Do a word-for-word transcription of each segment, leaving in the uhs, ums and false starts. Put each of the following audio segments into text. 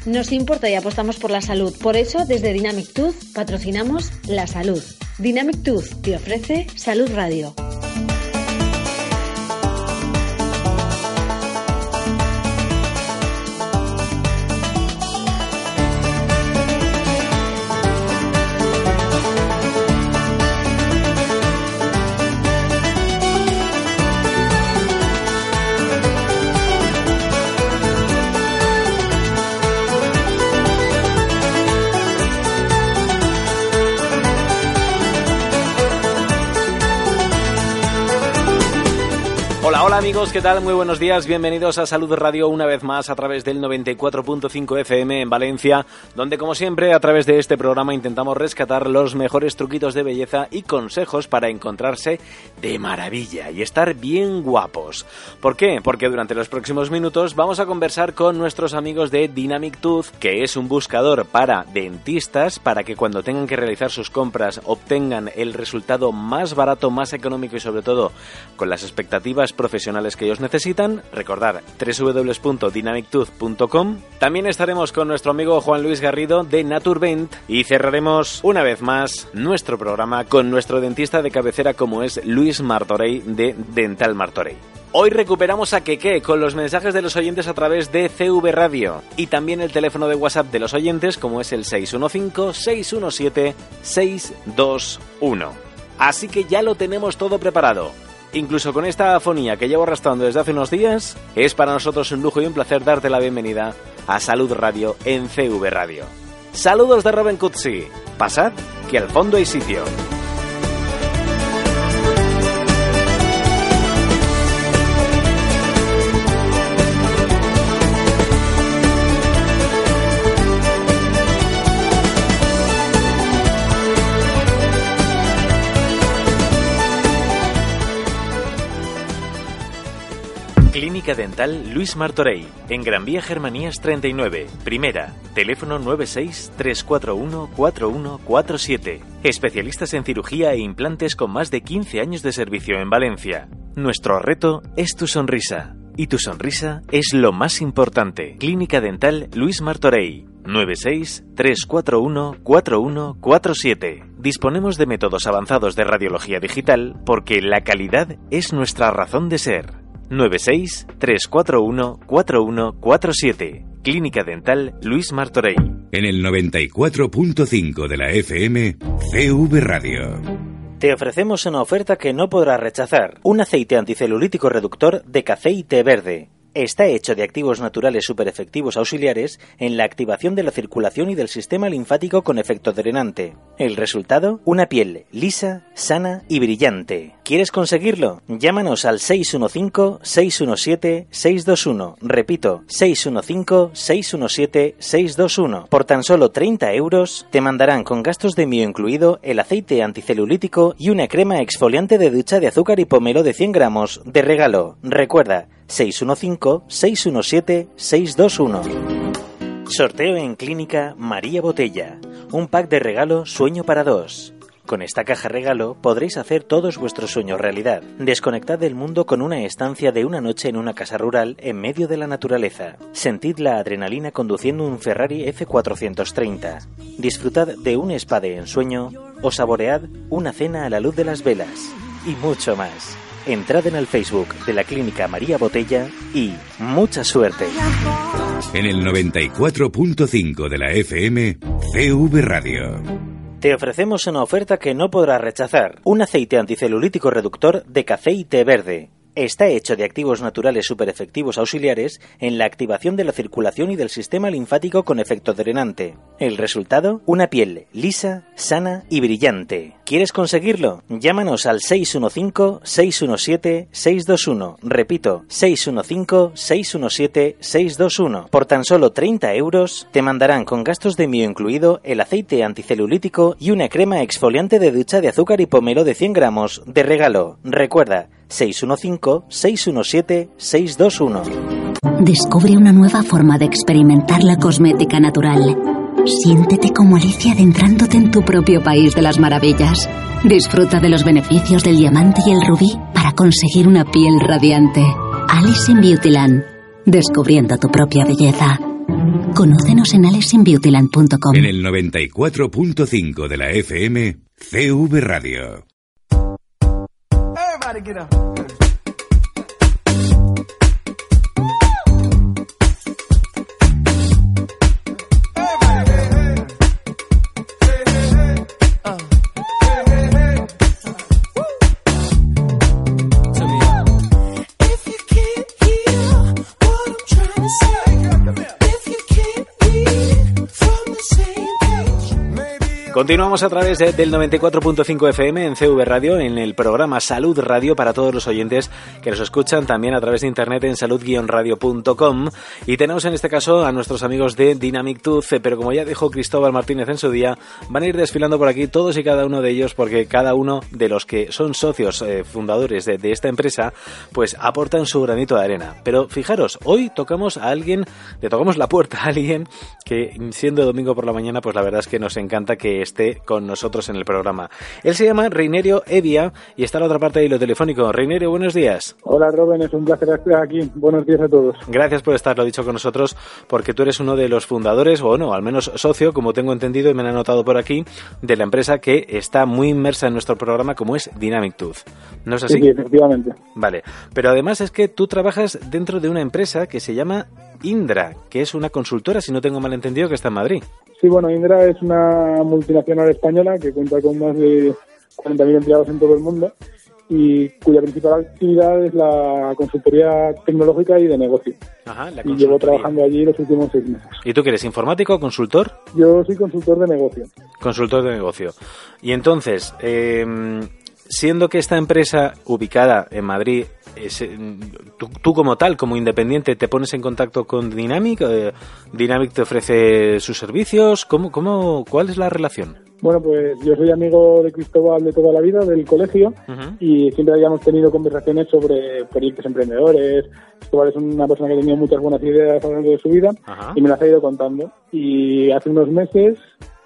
Nos importa y apostamos por la salud. Por eso, desde Dynamic Tooth patrocinamos la salud. Dynamic Tooth te ofrece Salud Radio. Hola amigos, ¿qué tal? Muy buenos días, bienvenidos a Salud Radio una vez más a través del noventa y cuatro punto cinco F M en Valencia, donde como siempre a través de este programa intentamos rescatar los mejores truquitos de belleza y consejos para encontrarse de maravilla y estar bien guapos. ¿Por qué? Porque durante los próximos minutos vamos a conversar con nuestros amigos de Dynamic Tooth, que es un buscador para dentistas, para que cuando tengan que realizar sus compras obtengan el resultado más barato, más económico y sobre todo con las expectativas profesionales que ellos necesitan. Recordar doble u doble u doble u punto dynamic tooth punto com. También estaremos con nuestro amigo Juan Luis Garrido de Naturbent y cerraremos una vez más nuestro programa con nuestro dentista de cabecera como es Luis Martorell de Dental Martorell. Hoy recuperamos a Keke con los mensajes de los oyentes a través de C V Radio y también el teléfono de WhatsApp de los oyentes como es el seis uno cinco, seis uno siete, seis dos uno. Así que ya lo tenemos todo preparado. Incluso con esta afonía que llevo arrastrando desde hace unos días, es para nosotros un lujo y un placer darte la bienvenida a Salud Radio en C V Radio. Saludos de Robin Cutsi. Pasad, que al fondo hay sitio. Clínica Dental Luis Martorell, en Gran Vía Germanías treinta y nueve, primera, teléfono nueve seis, tres cuatro uno, cuatro uno cuatro siete. Especialistas en cirugía e implantes con más de quince años de servicio en Valencia. Nuestro reto es tu sonrisa, y tu sonrisa es lo más importante. Clínica Dental Luis Martorell, nueve seis, tres cuatro uno, cuatro uno cuatro siete. Disponemos de métodos avanzados de radiología digital porque la calidad es nuestra razón de ser. nueve seis, tres cuatro uno, cuatro uno cuatro siete. Clínica Dental Luis Martorell. En el noventa y cuatro punto cinco de la F M, C V Radio. Te ofrecemos una oferta que no podrás rechazar. Un aceite anticelulítico reductor de café y té verde. Está hecho de activos naturales superefectivos auxiliares en la activación de la circulación y del sistema linfático con efecto drenante. El resultado, una piel lisa, sana y brillante. ¿Quieres conseguirlo? Llámanos al seis uno cinco, seis uno siete, seis dos uno. Repito, seis uno cinco, seis uno siete, seis dos uno. Por tan solo treinta euros te mandarán con gastos de envío incluido el aceite anticelulítico y una crema exfoliante de ducha de azúcar y pomelo de cien gramos de regalo. Recuerda, seis uno cinco, seis uno siete, seis dos uno. Sorteo en Clínica María Botella. Un pack de regalo Sueño para dos. Con esta caja regalo podréis hacer todos vuestros sueños realidad. Desconectad del mundo con una estancia de una noche en una casa rural en medio de la naturaleza. Sentid la adrenalina conduciendo un Ferrari F cuatrocientos treinta. Disfrutad de un spa de ensueño o saboread una cena a la luz de las velas. Y mucho más. Entrad en el Facebook de la Clínica María Botella y ¡mucha suerte! En el noventa y cuatro punto cinco de la F M, C V Radio. Te ofrecemos una oferta que no podrás rechazar. Un aceite anticelulítico reductor de café y té verde. Está hecho de activos naturales superefectivos auxiliares en la activación de la circulación y del sistema linfático con efecto drenante. El resultado, una piel lisa, sana y brillante. ¿Quieres conseguirlo? Llámanos al seis uno cinco, seis uno siete, seis dos uno. Repito, seis uno cinco, seis uno siete, seis dos uno. Por tan solo treinta euros te mandarán con gastos de envío incluido el aceite anticelulítico y una crema exfoliante de ducha de azúcar y pomelo de cien gramos de regalo. Recuerda, seis uno cinco, seis uno siete, seis dos uno. Descubre una nueva forma de experimentar la cosmética natural. Siéntete como Alicia adentrándote en tu propio país de las maravillas. Disfruta de los beneficios del diamante y el rubí para conseguir una piel radiante. Alice in Beautyland. Descubriendo tu propia belleza. Conócenos en alexin beauty land punto com. En el noventa y cuatro punto cinco de la F M, C V Radio. Everybody get up. Continuamos a través de, del noventa y cuatro punto cinco F M en C V Radio, en el programa Salud Radio para todos los oyentes que nos escuchan también a través de internet en salud guion radio punto com. Y tenemos en este caso a nuestros amigos de Dynamic Tooth, pero como ya dijo Cristóbal Martínez en su día, van a ir desfilando por aquí todos y cada uno de ellos, porque cada uno de los que son socios eh, fundadores de, de esta empresa, pues aportan su granito de arena. Pero fijaros, hoy tocamos a alguien, le tocamos la puerta a alguien que, siendo domingo por la mañana, pues la verdad es que nos encanta que esté con nosotros en el programa. Él se llama Reinerio Evia y está a la otra parte de lo telefónico. Reinerio, buenos días. Hola, Robin, es un placer estar aquí. Buenos días a todos. Gracias por estar, lo dicho, con nosotros, porque tú eres uno de los fundadores, o no, al menos socio, como tengo entendido y me han anotado por aquí, de la empresa que está muy inmersa en nuestro programa, como es Dynamic Tooth. ¿No es así? Sí, sí, efectivamente. Vale, pero además es que tú trabajas dentro de una empresa que se llama Indra, que es una consultora, si no tengo mal entendido, que está en Madrid. Sí, bueno, Indra es una multinacional española que cuenta con más de cuarenta mil empleados en todo el mundo y cuya principal actividad es la consultoría tecnológica y de negocio. Ajá, la y llevo trabajando allí los últimos seis meses. ¿Y tú qué eres, informático o consultor? Yo soy consultor de negocio. Consultor de negocio. Y entonces, eh, siendo que esta empresa ubicada en Madrid, es, tú, tú como tal, como independiente, te pones en contacto con Dynamic, eh, Dynamic te ofrece sus servicios, ¿cómo, cómo, cuál es la relación? Bueno, pues yo soy amigo de Cristóbal de toda la vida, del colegio, uh-huh. y siempre habíamos tenido conversaciones sobre proyectos emprendedores. Cristóbal es una persona que ha tenido muchas buenas ideas a lo largo de su vida, uh-huh. y me las ha ido contando. Y hace unos meses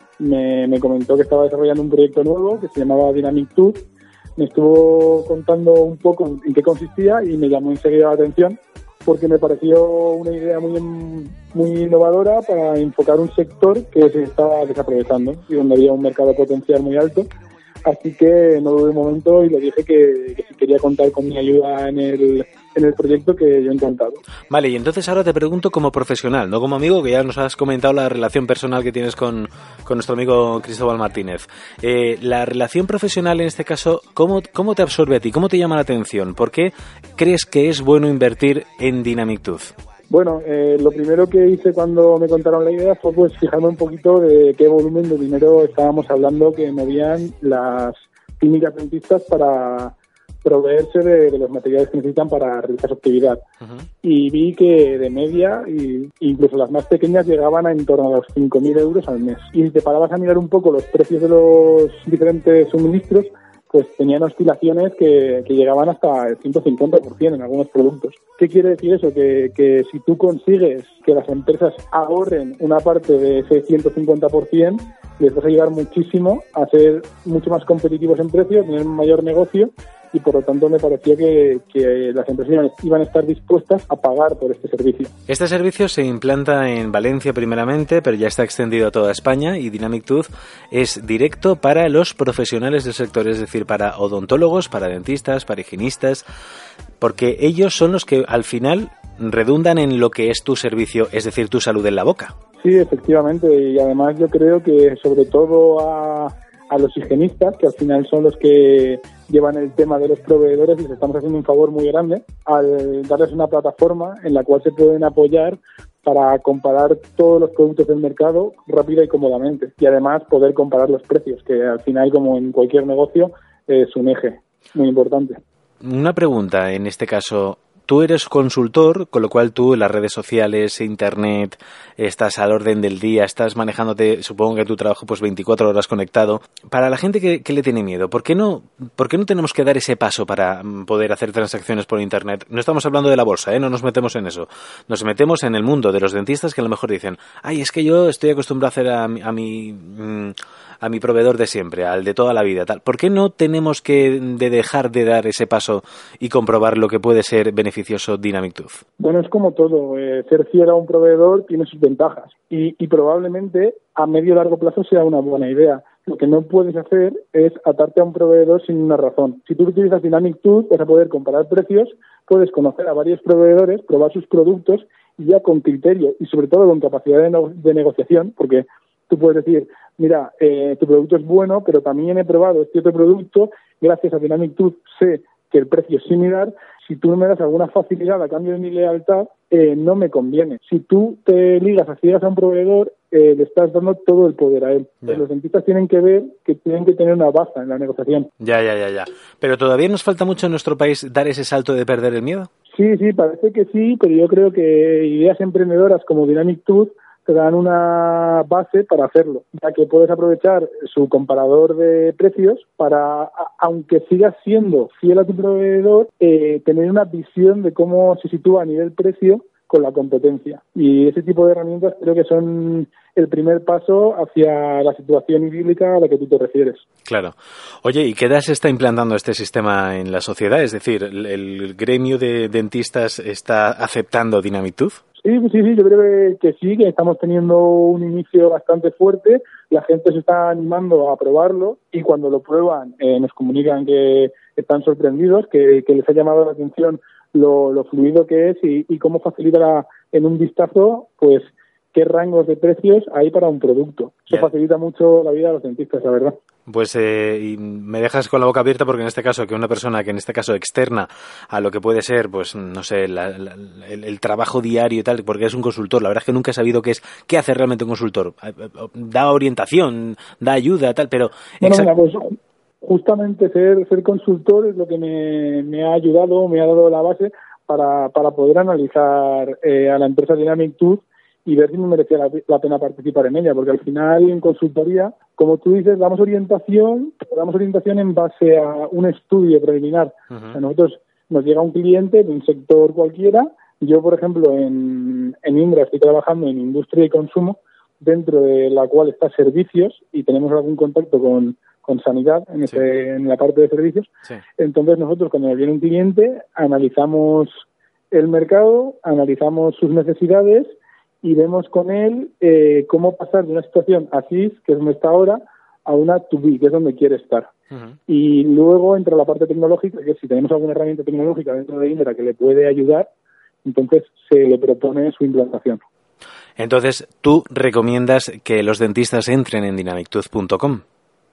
me, me comentó que estaba desarrollando un proyecto nuevo que se llamaba Dynamic Tooth. Me estuvo contando un poco en qué consistía y me llamó enseguida la atención porque me pareció una idea muy muy innovadora para enfocar un sector que se estaba desaprovechando y donde había un mercado potencial muy alto. Así que no dudé un momento y le dije que, que si quería contar con mi ayuda en el, en el proyecto, que yo encantado. Vale, y entonces ahora te pregunto como profesional, no como amigo, que ya nos has comentado la relación personal que tienes con, con nuestro amigo Cristóbal Martínez. Eh, la relación profesional en este caso, ¿cómo, ¿cómo te absorbe a ti? ¿Cómo te llama la atención? ¿Por qué crees que es bueno invertir en Dynamic Tooth? Bueno, eh, lo primero que hice cuando me contaron la idea fue pues fijarme un poquito de qué volumen de dinero estábamos hablando que movían las clínicas dentistas para proveerse de, de los materiales que necesitan para realizar su actividad. Uh-huh. Y vi que de media, y incluso las más pequeñas, llegaban a en torno a los cinco mil euros al mes. Y si te parabas a mirar un poco los precios de los diferentes suministros, pues tenían oscilaciones que, que llegaban hasta el ciento cincuenta por ciento en algunos productos. ¿Qué quiere decir eso? Que, que si tú consigues que las empresas ahorren una parte de ese ciento cincuenta por ciento, les vas a ayudar muchísimo a ser mucho más competitivos en precio, tener un mayor negocio, y por lo tanto me pareció que, que las empresas iban a estar dispuestas a pagar por este servicio. Este servicio se implanta en Valencia primeramente, pero ya está extendido a toda España, y Dynamic Tooth es directo para los profesionales del sector, es decir, para odontólogos, para dentistas, para higienistas, porque ellos son los que al final redundan en lo que es tu servicio, es decir, tu salud en la boca. Sí, efectivamente, y además yo creo que sobre todo a, a los higienistas, que al final son los que llevan el tema de los proveedores, les estamos haciendo un favor muy grande al darles una plataforma en la cual se pueden apoyar para comparar todos los productos del mercado rápida y cómodamente, y además poder comparar los precios, que al final, como en cualquier negocio, es un eje muy importante. Una pregunta en este caso. Tú eres consultor, con lo cual tú en las redes sociales, internet, estás al orden del día, estás manejándote, supongo que tu trabajo, pues veinticuatro horas conectado. Para la gente que, que le tiene miedo, ¿por qué no, por qué no tenemos que dar ese paso para poder hacer transacciones por internet? No estamos hablando de la bolsa, ¿eh? No nos metemos en eso. Nos metemos en el mundo de los dentistas que a lo mejor dicen, ay, es que yo estoy acostumbrado a hacer a, a mi... Mmm, a mi proveedor de siempre, al de toda la vida, tal. ¿Por qué no tenemos que de dejar de dar ese paso y comprobar lo que puede ser beneficioso beneficioso Dynamic Tooth? Bueno, es como todo. Eh, ser fiel a un proveedor tiene sus ventajas y, y probablemente a medio y largo plazo sea una buena idea. Lo que no puedes hacer es atarte a un proveedor sin una razón. Si tú utilizas Dynamic Tooth, vas a poder comparar precios, puedes conocer a varios proveedores, probar sus productos y ya con criterio y sobre todo con capacidad de, no, de negociación, porque tú puedes decir, mira, eh, tu producto es bueno, pero también he probado este otro producto, gracias a Dynamic Tooth sé que el precio es similar. Si tú me das alguna facilidad a cambio de mi lealtad, eh, no me conviene. Si tú te ligas a ciegas a un proveedor, eh, le estás dando todo el poder a él. Pues los dentistas tienen que ver que tienen que tener una baza en la negociación. Ya, ya, ya, ya. Pero todavía nos falta mucho en nuestro país dar ese salto de perder el miedo. Sí, sí, parece que sí, pero yo creo que ideas emprendedoras como Dynamic Tooth te dan una base para hacerlo, ya que puedes aprovechar su comparador de precios para, aunque sigas siendo fiel a tu proveedor, eh, tener una visión de cómo se sitúa a nivel precio con la competencia. Y ese tipo de herramientas creo que son el primer paso hacia la situación idílica a la que tú te refieres. Claro. Oye, ¿y qué edad se está implantando este sistema en la sociedad? Es decir, ¿el, el gremio de dentistas está aceptando Dynamic Tooth? Sí, sí, sí, yo creo que, que sí, que estamos teniendo un inicio bastante fuerte, la gente se está animando a probarlo y cuando lo prueban eh, nos comunican que están sorprendidos, que, que les ha llamado la atención lo, lo fluido que es y, y cómo facilita la, en un vistazo, pues, qué rangos de precios hay para un producto. Eso yeah. facilita mucho la vida de los dentistas, la verdad. Pues eh, y me dejas con la boca abierta porque en este caso que una persona que en este caso externa a lo que puede ser, pues no sé, la, la, el, el trabajo diario y tal, porque es un consultor, la verdad es que nunca he sabido qué es, qué hace realmente un consultor. Da orientación, da ayuda, tal, pero... Bueno, mira, pues justamente ser, ser consultor es lo que me, me ha ayudado, me ha dado la base para, para poder analizar eh, a la empresa Dynamic Tooth y ver si me merecía la, la pena participar en ella, porque al final en consultoría, como tú dices, damos orientación, damos orientación en base a un estudio preliminar. Uh-huh. O sea, nosotros nos llega un cliente de un sector cualquiera. Yo, por ejemplo, en, en Indra estoy trabajando en industria y consumo, dentro de la cual está servicios y tenemos algún contacto con, con sanidad en, ese, sí. en la parte de servicios. Sí. Entonces nosotros cuando nos viene un cliente analizamos el mercado, analizamos sus necesidades y vemos con él eh, cómo pasar de una situación así, que es donde está ahora, a una to be, que es donde quiere estar. Uh-huh. Y luego entra la parte tecnológica, que si tenemos alguna herramienta tecnológica dentro de Indra que le puede ayudar, entonces se le propone su implantación. Entonces, ¿tú recomiendas que los dentistas entren en dynamic tooth punto com?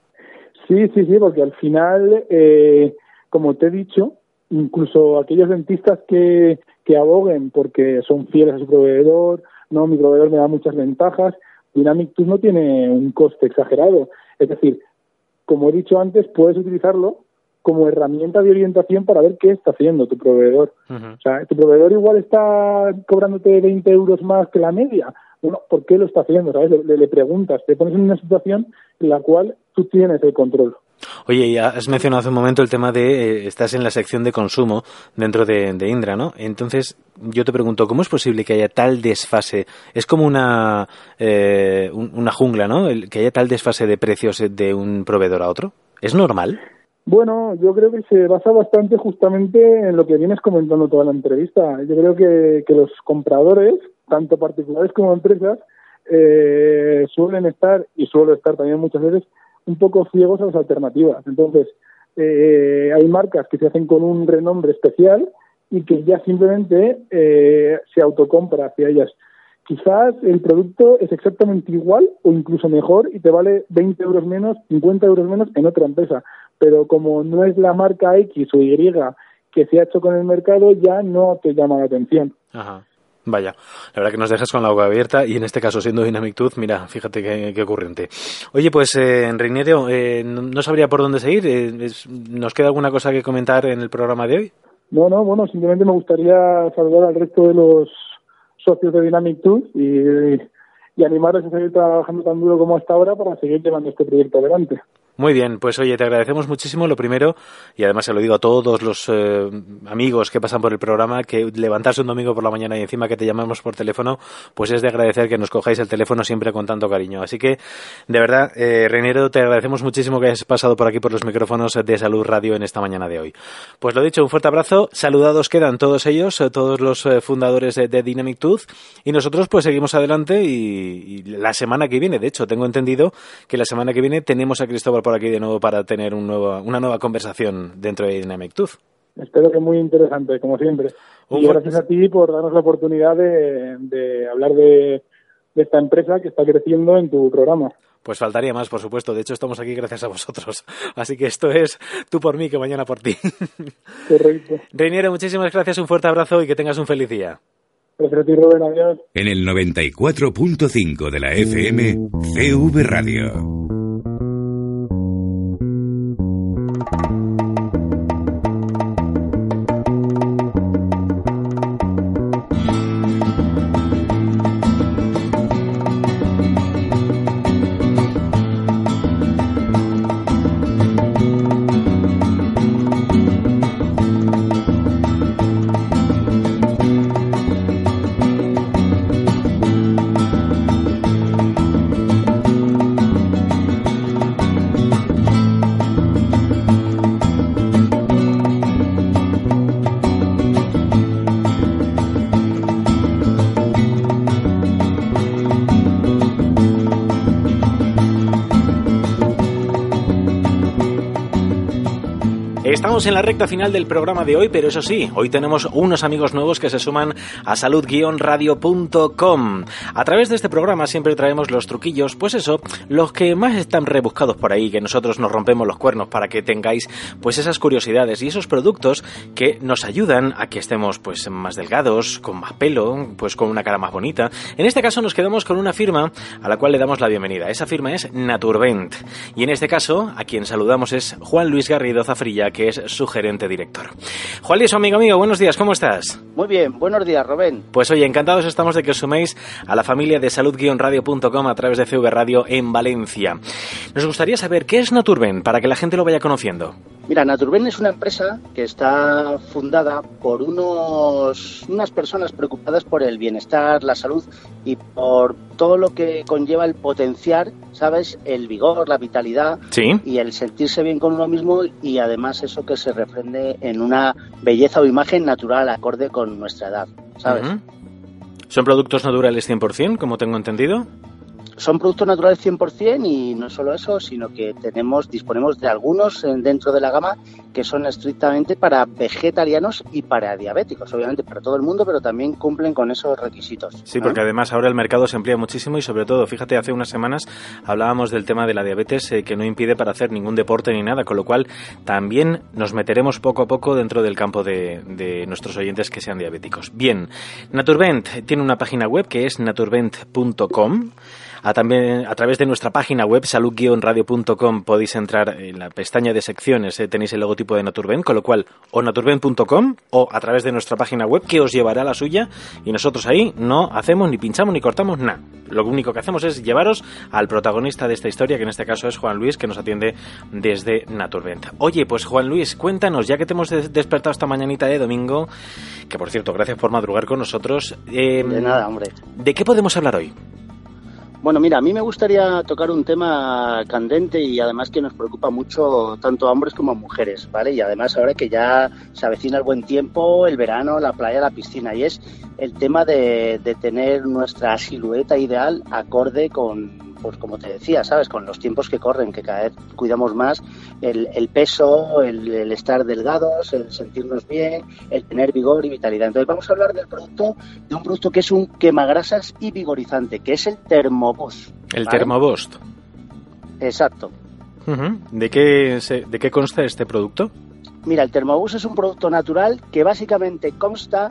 Sí, sí, sí, porque al final, eh, como te he dicho, incluso aquellos dentistas que, que aboguen porque son fieles a su proveedor, no, mi proveedor me da muchas ventajas, Dynamic Tooth no tiene un coste exagerado. Es decir, como he dicho antes, puedes utilizarlo como herramienta de orientación para ver qué está haciendo tu proveedor. Uh-huh. O sea, tu proveedor igual está cobrándote veinte euros más que la media. Bueno, ¿por qué lo está haciendo? ¿Sabes? Le, le preguntas, te pones en una situación en la cual tú tienes el control. Oye, ya has mencionado hace un momento el tema de eh, estás en la sección de consumo dentro de, de Indra, ¿no? Entonces, yo te pregunto, ¿cómo es posible que haya tal desfase? Es como una eh, un, una jungla, ¿no? El, que haya tal desfase de precios de un proveedor a otro. ¿Es normal? Bueno, yo creo que se basa bastante justamente en lo que vienes comentando toda la entrevista. Yo creo que, que los compradores, tanto particulares como empresas, eh, suelen estar, y suelo estar también muchas veces, un poco ciegos a las alternativas. Entonces, eh, hay marcas que se hacen con un renombre especial y que ya simplemente eh, se autocompra hacia ellas. Quizás el producto es exactamente igual o incluso mejor y te vale veinte euros menos, cincuenta euros menos en otra empresa. Pero como no es la marca X o Y que se ha hecho con el mercado, ya no te llama la atención. Ajá. Vaya, la verdad que nos dejas con la boca abierta y en este caso siendo Dynamic Tooth, mira, fíjate qué, qué ocurrente. Oye, pues eh, Reiniero, eh, no, no sabría por dónde seguir. Eh, es, ¿Nos queda alguna cosa que comentar en el programa de hoy? No, no, bueno, simplemente me gustaría saludar al resto de los socios de Dynamic Tooth y, y animarles a seguir trabajando tan duro como hasta ahora para seguir llevando este proyecto adelante. Muy bien, pues oye, te agradecemos muchísimo lo primero, y además se lo digo a todos los eh, amigos que pasan por el programa, que levantarse un domingo por la mañana y encima que te llamamos por teléfono, pues es de agradecer que nos cojáis el teléfono siempre con tanto cariño. Así que, de verdad, eh, Reiniero, te agradecemos muchísimo que hayas pasado por aquí por los micrófonos de Salud Radio en esta mañana de hoy. Pues lo dicho, un fuerte abrazo, saludados quedan todos ellos, todos los eh, fundadores de, de Dynamic Tooth, y nosotros pues seguimos adelante y, y la semana que viene, de hecho, tengo entendido que la semana que viene tenemos a Cristóbal por aquí de nuevo para tener un nuevo, una nueva conversación dentro de Dynamic Tooth. Espero que muy interesante, como siempre. Un y gracias a ti por darnos la oportunidad de, de hablar de, de esta empresa que está creciendo en tu programa. Pues faltaría más, por supuesto. De hecho, estamos aquí gracias a vosotros. Así que esto es tú por mí, que mañana por ti. Correcto. Reiniero, muchísimas gracias, un fuerte abrazo y que tengas un feliz día. Gracias a ti, Rubén. Adiós. En el noventa y cuatro punto cinco de la F M, C V Radio. Estamos en la recta final del programa de hoy, pero eso sí, hoy tenemos unos amigos nuevos que se suman a salud guion radio punto com. A través de este programa siempre traemos los truquillos, pues eso, los que más están rebuscados por ahí, que nosotros nos rompemos los cuernos para que tengáis pues esas curiosidades y esos productos que nos ayudan a que estemos pues más delgados, con más pelo, pues con una cara más bonita. En este caso nos quedamos con una firma a la cual le damos la bienvenida. Esa firma es Naturbent. Y en este caso, a quien saludamos es Juan Luis Garrido Zafrilla, que es su gerente director. Juan Luis, amigo mío, buenos días, ¿cómo estás? Muy bien, buenos días, Rubén. Pues oye, encantados estamos de que os suméis a la familia de salud guion radio punto com a través de C V Radio en Valencia. Nos gustaría saber qué es Naturbent, para que la gente lo vaya conociendo. Mira, Naturbent es una empresa que está fundada por unos, unas personas preocupadas por el bienestar, la salud y por todo lo que conlleva el potenciar, ¿sabes? El vigor, la vitalidad, ¿sí? Y el sentirse bien con uno mismo, y además eso que se refrende en una belleza o imagen natural acorde con nuestra edad, ¿sabes? Uh-huh. ¿Son productos naturales cien por ciento, como tengo entendido? Son productos naturales cien por ciento, y no solo eso, sino que tenemos disponemos de algunos dentro de la gama que son estrictamente para vegetarianos y para diabéticos, obviamente para todo el mundo, pero también cumplen con esos requisitos. Sí, ¿no? Porque además ahora el mercado se amplía muchísimo y sobre todo, fíjate, hace unas semanas hablábamos del tema de la diabetes eh, que no impide para hacer ningún deporte ni nada, con lo cual también nos meteremos poco a poco dentro del campo de, de nuestros oyentes que sean diabéticos. Bien, Naturbent tiene una página web que es naturbent punto com. A, también, a través de nuestra página web salud guion radio punto com podéis entrar en la pestaña de secciones, eh, tenéis el logotipo de Naturbent, con lo cual o naturbent punto com o a través de nuestra página web, que os llevará a la suya, y nosotros ahí no hacemos ni pinchamos ni cortamos nada. Lo único que hacemos es llevaros al protagonista de esta historia, que en este caso es Juan Luis, que nos atiende desde Naturbent. Oye, pues Juan Luis, cuéntanos, ya que te hemos des- despertado esta mañanita de domingo, que por cierto, gracias por madrugar con nosotros. Eh, de nada, hombre. ¿De qué podemos hablar hoy? Bueno, mira, a mí me gustaría tocar un tema candente y además que nos preocupa mucho tanto a hombres como a mujeres, ¿vale? Y además ahora que ya se avecina el buen tiempo, el verano, la playa, la piscina, y es el tema de, de tener nuestra silueta ideal acorde con, pues como te decía, ¿sabes? Con los tiempos que corren, que cada vez cuidamos más el, el peso, el, el estar delgados, el sentirnos bien, el tener vigor y vitalidad. Entonces vamos a hablar del producto, de un producto que es un quemagrasas y vigorizante, que es el Thermoboost. El ¿vale? Thermoboost. Exacto. Uh-huh. ¿De qué se, de qué consta este producto? Mira, el Thermoboost es un producto natural que básicamente consta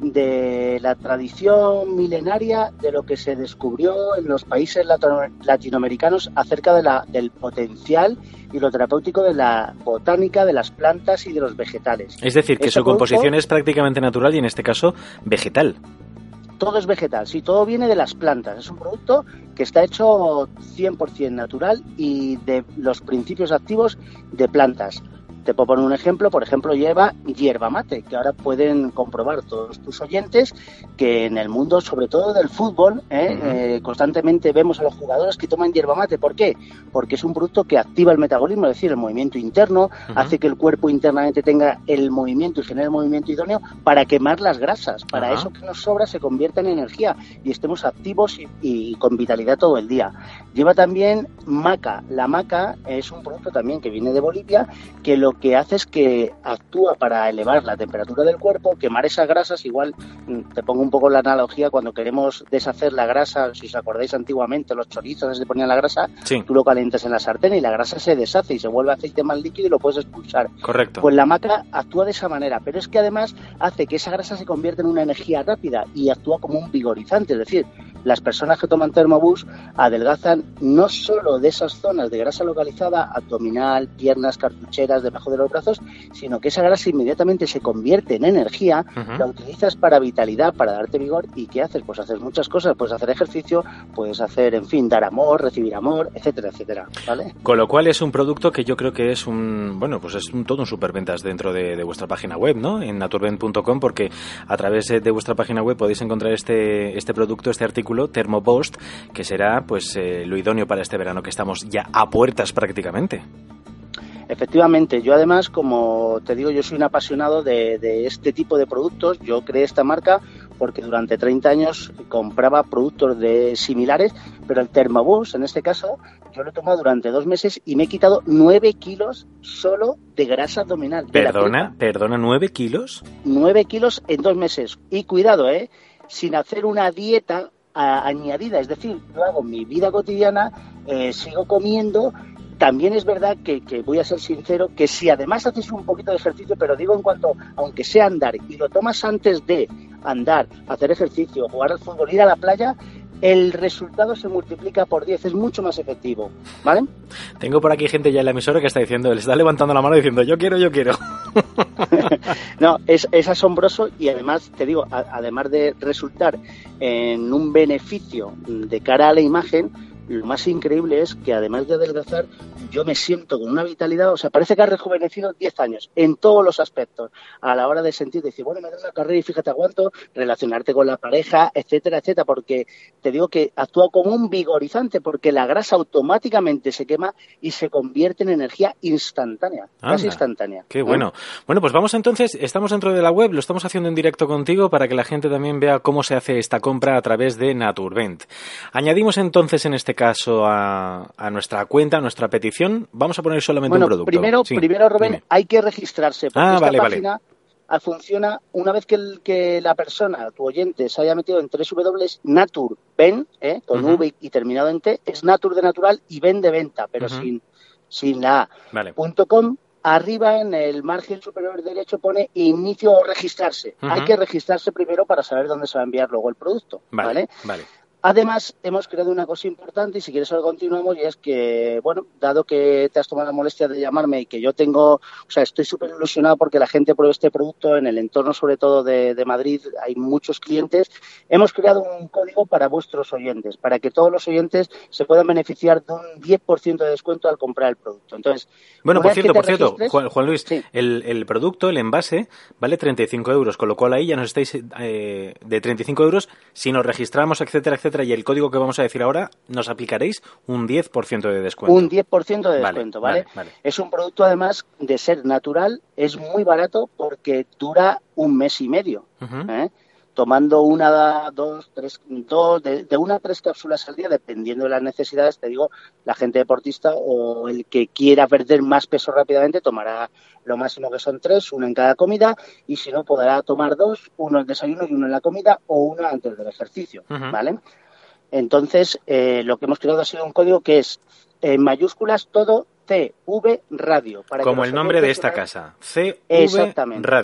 de la tradición milenaria de lo que se descubrió en los países latinoamericanos acerca de la, del potencial y lo terapéutico de la botánica, de las plantas y de los vegetales. Es decir, que este su producto, composición es prácticamente natural y en este caso vegetal. todo es vegetal, sí, todo viene de las plantas. Es un producto que está hecho cien por ciento natural y de los principios activos de plantas. Te puedo poner un ejemplo, por ejemplo, lleva hierba mate, que ahora pueden comprobar todos tus oyentes que en el mundo, sobre todo del fútbol, ¿eh? Uh-huh. eh, constantemente vemos a los jugadores que toman hierba mate. ¿Por qué? Porque es un producto que activa el metabolismo, es decir, el movimiento interno, uh-huh. hace que el cuerpo internamente tenga el movimiento y genere el movimiento idóneo para quemar las grasas, para uh-huh. eso que nos sobra se convierta en energía y estemos activos y, y con vitalidad todo el día. Lleva también maca. La maca es un producto también que viene de Bolivia, que lo que hace es que actúa para elevar la temperatura del cuerpo, quemar esas grasas. Igual te pongo un poco la analogía cuando queremos deshacer la grasa, si os acordáis antiguamente los chorizos se ponían la grasa, sí. tú lo calientas en la sartén y la grasa se deshace y se vuelve aceite más líquido y lo puedes expulsar. Correcto. Pues la maca actúa de esa manera, pero es que además hace que esa grasa se convierta en una energía rápida y actúa como un vigorizante, es decir, las personas que toman Thermoboost adelgazan no solo de esas zonas de grasa localizada, abdominal, piernas, cartucheras, debajo de los brazos, sino que esa grasa inmediatamente se convierte en energía, uh-huh. la utilizas para vitalidad, para darte vigor. ¿Y qué haces? Pues haces muchas cosas, puedes hacer ejercicio, puedes hacer, en fin, dar amor, recibir amor, etcétera, etcétera, ¿vale? Con lo cual es un producto que yo creo que es un, bueno, pues es un, todo un superventas dentro de, de vuestra página web, ¿no? En naturvent punto com, porque a través de vuestra página web podéis encontrar este, este producto, este artículo Thermoboost, que será pues eh, lo idóneo para este verano que estamos ya a puertas prácticamente. Efectivamente, yo además, como te digo, yo soy un apasionado de, de este tipo de productos. Yo creé esta marca porque durante treinta años compraba productos de similares, pero el Thermoboost, en este caso, yo lo he tomado durante dos meses y me he quitado nueve kilos solo de grasa abdominal. Perdona, perdona, ¿nueve kilos? Nueve kilos en dos meses. Y cuidado, ¿eh? Sin hacer una dieta a, añadida, es decir, yo hago mi vida cotidiana, eh, sigo comiendo. También es verdad que, que voy a ser sincero, que si además haces un poquito de ejercicio, pero digo en cuanto, aunque sea andar, y lo tomas antes de andar, hacer ejercicio, jugar al fútbol, ir a la playa, el resultado se multiplica por diez, es mucho más efectivo, ¿vale? Tengo por aquí gente ya en la emisora que está diciendo, le está levantando la mano diciendo, yo quiero, yo quiero. No, es, es asombroso y además, te digo, a, además de resultar en un beneficio de cara a la imagen, lo más increíble es que además de adelgazar, yo me siento con una vitalidad, o sea, parece que has rejuvenecido diez años, en todos los aspectos, a la hora de sentir, decir, bueno, me da una carrera y fíjate aguanto, relacionarte con la pareja, etcétera, etcétera, porque te digo que actúa como un vigorizante, porque la grasa automáticamente se quema y se convierte en energía instantánea, Anda, casi instantánea. Qué bueno. ¿Eh? Bueno, pues vamos entonces, estamos dentro de la web, lo estamos haciendo en directo contigo para que la gente también vea cómo se hace esta compra a través de Naturvent. Añadimos entonces en este caso a, a nuestra cuenta, a nuestra petición, vamos a poner solamente bueno, un producto. Primero, sí, primero Rubén, dime. Hay que registrarse, porque ah, esta vale, página vale. funciona una vez que, el, que la persona, tu oyente, se haya metido en doble u doble u doble u punto naturvent, eh, con uh-huh. V y terminado en T, es Natur de natural y Ven de venta, pero uh-huh. sin, sin la A. Vale. Punto com, arriba en el margen superior derecho pone inicio o registrarse. Uh-huh. Hay que registrarse primero para saber dónde se va a enviar luego el producto. Vale, ¿vale? vale. Además, hemos creado una cosa importante y si quieres ahora continuamos, y es que, bueno, dado que te has tomado la molestia de llamarme y que yo tengo, o sea, estoy súper ilusionado porque la gente pruebe este producto en el entorno, sobre todo de, de Madrid, hay muchos clientes, hemos creado un código para vuestros oyentes, para que todos los oyentes se puedan beneficiar de un diez por ciento de descuento al comprar el producto. Entonces, bueno, por cierto, por cierto, Juan, Juan Luis, sí. el, el producto, el envase, vale treinta y cinco euros, con lo cual ahí ya nos estáis eh, de treinta y cinco euros, si nos registramos, etcétera, etcétera, y el código que vamos a decir ahora, nos aplicaréis un diez por ciento de descuento. Un diez por ciento de descuento, ¿vale? Vale, vale. Es un producto, además, de ser natural, es muy barato porque dura un mes y medio, uh-huh. ¿eh? Tomando una, dos, tres, dos, de, de una a tres cápsulas al día, dependiendo de las necesidades, te digo, la gente deportista o el que quiera perder más peso rápidamente tomará lo máximo que son tres, uno en cada comida, y si no podrá tomar dos, uno en el desayuno y uno en la comida, o uno antes del ejercicio, uh-huh. ¿vale? Entonces, eh, lo que hemos creado ha sido un código que es en mayúsculas todo C V Radio. Para Como que el nombre de esta puedan... casa, C V Radio.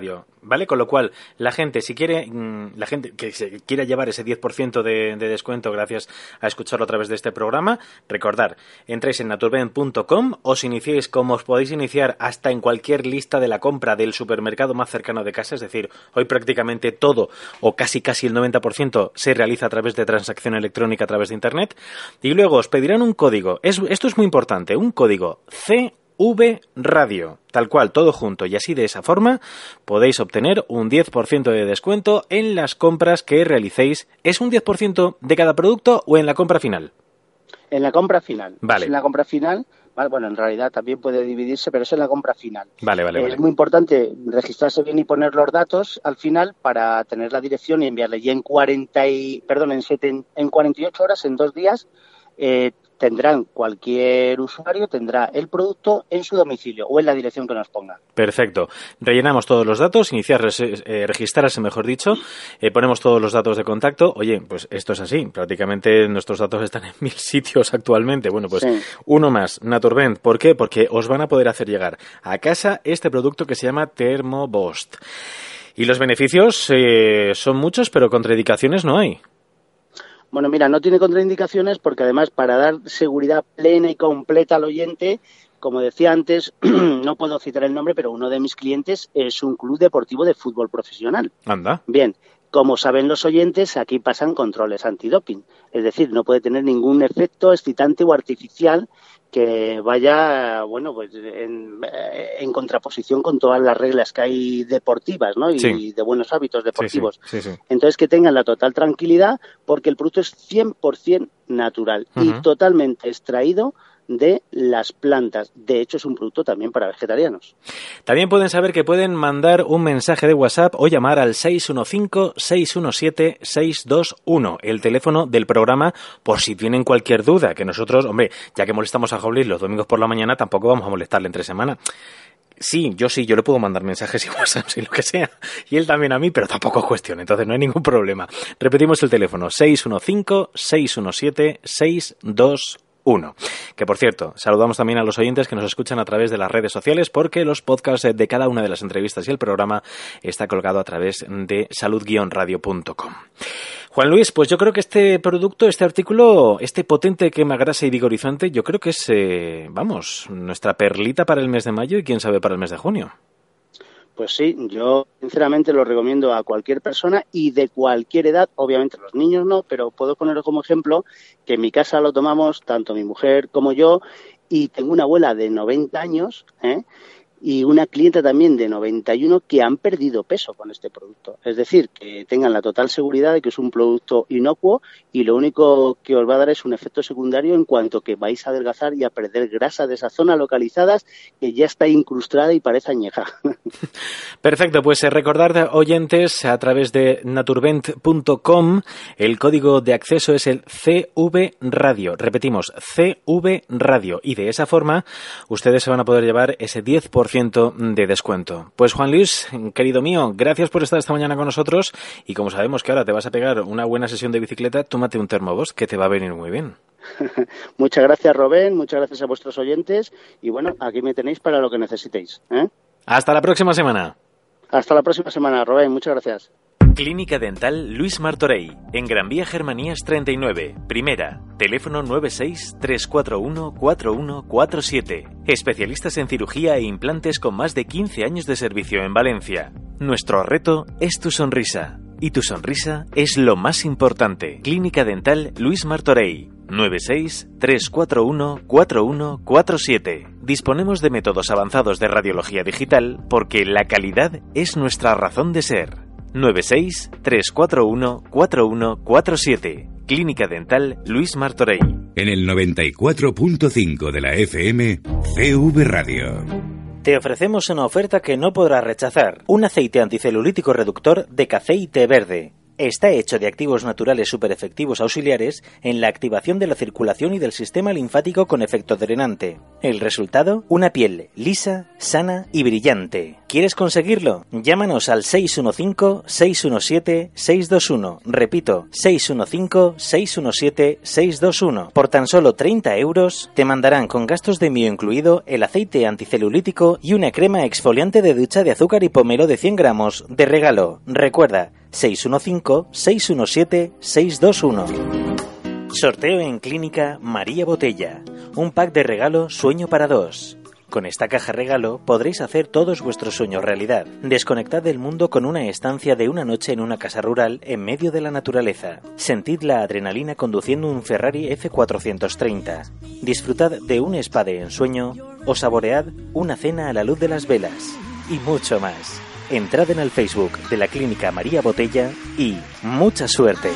¿vale? Con lo cual, la gente, si quiere, la gente que se quiera llevar ese diez por ciento de, de descuento gracias a escucharlo a través de este programa, recordar, entréis en naturvent punto com, os iniciéis como os podéis iniciar hasta en cualquier lista de la compra del supermercado más cercano de casa, es decir, hoy prácticamente todo o casi casi el noventa por ciento se realiza a través de transacción electrónica a través de internet, y luego os pedirán un código, es, esto es muy importante, un código C V Radio, tal cual, todo junto, y así de esa forma podéis obtener un diez por ciento de descuento en las compras que realicéis. ¿Es un diez por ciento de cada producto o en la compra final? En la compra final. Vale. En la compra final, bueno, en realidad también puede dividirse, pero es en la compra final. Vale, vale, vale. Es muy importante registrarse bien y poner los datos al final para tener la dirección y enviarle. Y en cuarenta y, perdón, en, siete, en cuarenta y ocho horas, en dos días, eh, tendrán, cualquier usuario tendrá el producto en su domicilio o en la dirección que nos ponga. Perfecto. Rellenamos todos los datos, iniciar, eh, registrarse, mejor dicho, eh, ponemos todos los datos de contacto. Oye, pues esto es así, prácticamente nuestros datos están en mil sitios actualmente. Bueno, pues sí. Uno más, Naturvent. ¿Por qué? Porque os van a poder hacer llegar a casa este producto que se llama Thermobost. Y los beneficios eh, son muchos, pero contraindicaciones no hay. Bueno, mira, no tiene contraindicaciones porque además para dar seguridad plena y completa al oyente, como decía antes, no puedo citar el nombre, pero uno de mis clientes es un club deportivo de fútbol profesional. Anda. Bien, como saben los oyentes, aquí pasan controles antidoping. Es decir, no puede tener ningún efecto excitante o artificial que vaya, bueno, pues en, en contraposición con todas las reglas que hay deportivas, ¿no? Y sí. de buenos hábitos deportivos. Sí, sí, sí, sí. Entonces, que tengan la total tranquilidad porque el producto es cien por ciento natural uh-huh. y totalmente extraído de las plantas. De hecho, es un producto también para vegetarianos. También pueden saber que pueden mandar un mensaje de WhatsApp o llamar al seis uno cinco, seis uno siete, seis dos uno, el teléfono del programa, por si tienen cualquier duda, que nosotros, hombre, ya que molestamos a Jaulis los domingos por la mañana, tampoco vamos a molestarle entre semana. Sí, yo sí, yo le puedo mandar mensajes y WhatsApp y lo que sea, y él también a mí, pero tampoco es cuestión, entonces no hay ningún problema. Repetimos el teléfono, seis uno cinco, seis uno siete, seis dos uno. Que por cierto, saludamos también a los oyentes que nos escuchan a través de las redes sociales, porque los podcasts de cada una de las entrevistas y el programa está colgado a través de salud guion radio punto com. Juan Luis, pues yo creo que este producto, este artículo, este potente quema grasa y vigorizante, yo creo que es, eh, vamos, nuestra perlita para el mes de mayo y quién sabe para el mes de junio. Pues sí, yo sinceramente lo recomiendo a cualquier persona y de cualquier edad, obviamente los niños no, pero puedo poner como ejemplo que en mi casa lo tomamos tanto mi mujer como yo, y tengo una abuela de noventa años, ¿eh? y una clienta también de noventa y uno que han perdido peso con este producto. Es decir, que tengan la total seguridad de que es un producto inocuo y lo único que os va a dar es un efecto secundario en cuanto que vais a adelgazar y a perder grasa de esa zona localizadas que ya está incrustada y parece añeja. Perfecto, pues recordad, oyentes, a través de naturvent punto com, el código de acceso es el C V Radio. Repetimos, C V Radio. Y de esa forma ustedes se van a poder llevar ese diez por ciento de descuento. Pues Juan Luis, querido mío, gracias por estar esta mañana con nosotros, y como sabemos que ahora te vas a pegar una buena sesión de bicicleta, tómate un Thermobost que te va a venir muy bien. Muchas gracias, Robén, muchas gracias a vuestros oyentes, y bueno, aquí me tenéis para lo que necesitéis, ¿eh? Hasta la próxima semana. Hasta la próxima semana, Robén, muchas gracias. Clínica Dental Luis Martorell, en Gran Vía Germanías treinta y nueve, primera, teléfono nueve seis, tres cuatro uno, cuatro uno cuatro siete. Especialistas en cirugía e implantes con más de quince años de servicio en Valencia. Nuestro reto es tu sonrisa, y tu sonrisa es lo más importante. Clínica Dental Luis Martorell, nueve seis, tres cuatro uno, cuatro uno cuatro siete. Disponemos de métodos avanzados de radiología digital porque la calidad es nuestra razón de ser. nueve seis, tres cuatro uno, cuatro uno cuatro siete. Clínica Dental Luis Martorell. En el noventa y cuatro punto cinco de la F M, C V Radio. Te ofrecemos una oferta que no podrás rechazar. Un aceite anticelulítico reductor de café y té verde. Está hecho de activos naturales superefectivos auxiliares en la activación de la circulación y del sistema linfático con efecto drenante. El resultado, una piel lisa, sana y brillante. ¿Quieres conseguirlo? Llámanos al seis uno cinco, seis uno siete, seis dos uno. Repito, seis uno cinco, seis uno siete, seis dos uno. Por tan solo treinta euros te mandarán con gastos de envío incluido el aceite anticelulítico y una crema exfoliante de ducha de azúcar y pomelo de cien gramos de regalo. Recuerda, seis uno cinco, seis uno siete, seis dos uno. Sorteo en Clínica María Botella. Un pack de regalo Sueño para dos. Con esta caja regalo podréis hacer todos vuestros sueños realidad. Desconectad del mundo con una estancia de una noche en una casa rural en medio de la naturaleza. Sentid la adrenalina conduciendo un Ferrari F cuatrocientos treinta. Disfrutad de un spa de ensueño o saboread una cena a la luz de las velas. Y mucho más. Entrad en el Facebook de la Clínica María Botella y ¡mucha suerte!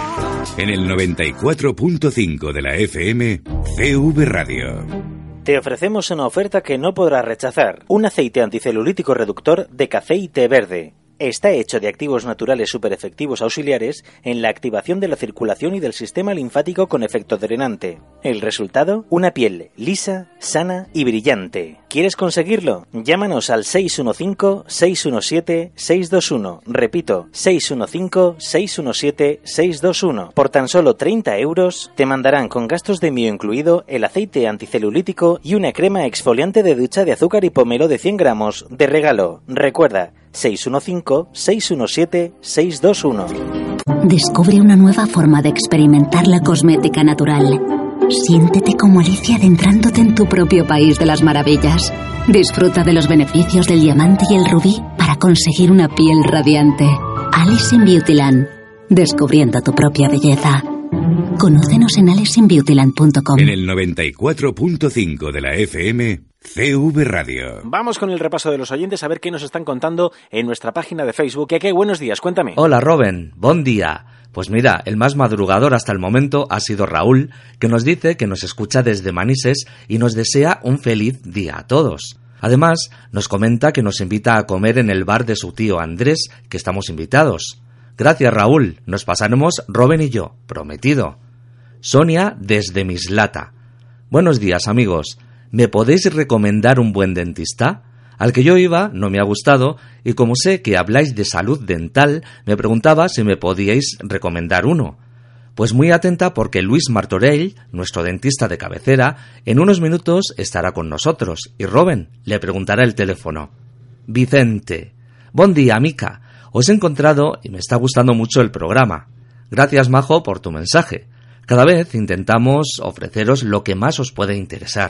En el noventa y cuatro punto cinco de la F M, C V Radio. Te ofrecemos una oferta que no podrás rechazar. Un aceite anticelulítico reductor de café y té verde. Está hecho de activos naturales superefectivos auxiliares en la activación de la circulación y del sistema linfático con efecto drenante. El resultado, una piel lisa, sana y brillante. ¿Quieres conseguirlo? Llámanos al seis uno cinco, seis uno siete, seis dos uno. Repito, seis uno cinco, seis uno siete, seis dos uno. Por tan solo treinta euros te mandarán con gastos de envío incluido el aceite anticelulítico y una crema exfoliante de ducha de azúcar y pomelo de cien gramos de regalo. Recuerda, seis uno cinco, seis uno siete, seis dos uno. Descubre una nueva forma de experimentar la cosmética natural. Siéntete como Alicia adentrándote en tu propio país de las maravillas. Disfruta de los beneficios del diamante y el rubí para conseguir una piel radiante. Alice in Beautyland. Descubriendo tu propia belleza. Conócenos en alice in beautyland punto com. En el noventa y cuatro punto cinco de la F M, C V Radio. Vamos con el repaso de los oyentes a ver qué nos están contando en nuestra página de Facebook. ¿Qué, qué? Buenos días, cuéntame. Hola, Robin, bon día. Pues mira, el más madrugador hasta el momento ha sido Raúl, que nos dice que nos escucha desde Manises y nos desea un feliz día a todos. Además, nos comenta que nos invita a comer en el bar de su tío Andrés, que estamos invitados. Gracias, Raúl, nos pasaremos Robin y yo, prometido. Sonia desde Mislata. Buenos días, amigos. ¿Me podéis recomendar un buen dentista? Al que yo iba no me ha gustado y como sé que habláis de salud dental, me preguntaba si me podíais recomendar uno. Pues muy atenta porque Luis Martorell, nuestro dentista de cabecera, en unos minutos estará con nosotros y Robin le preguntará el teléfono. Vicente. Bon día, mica. Os he encontrado y me está gustando mucho el programa. Gracias, Majo, por tu mensaje. Cada vez intentamos ofreceros lo que más os puede interesar.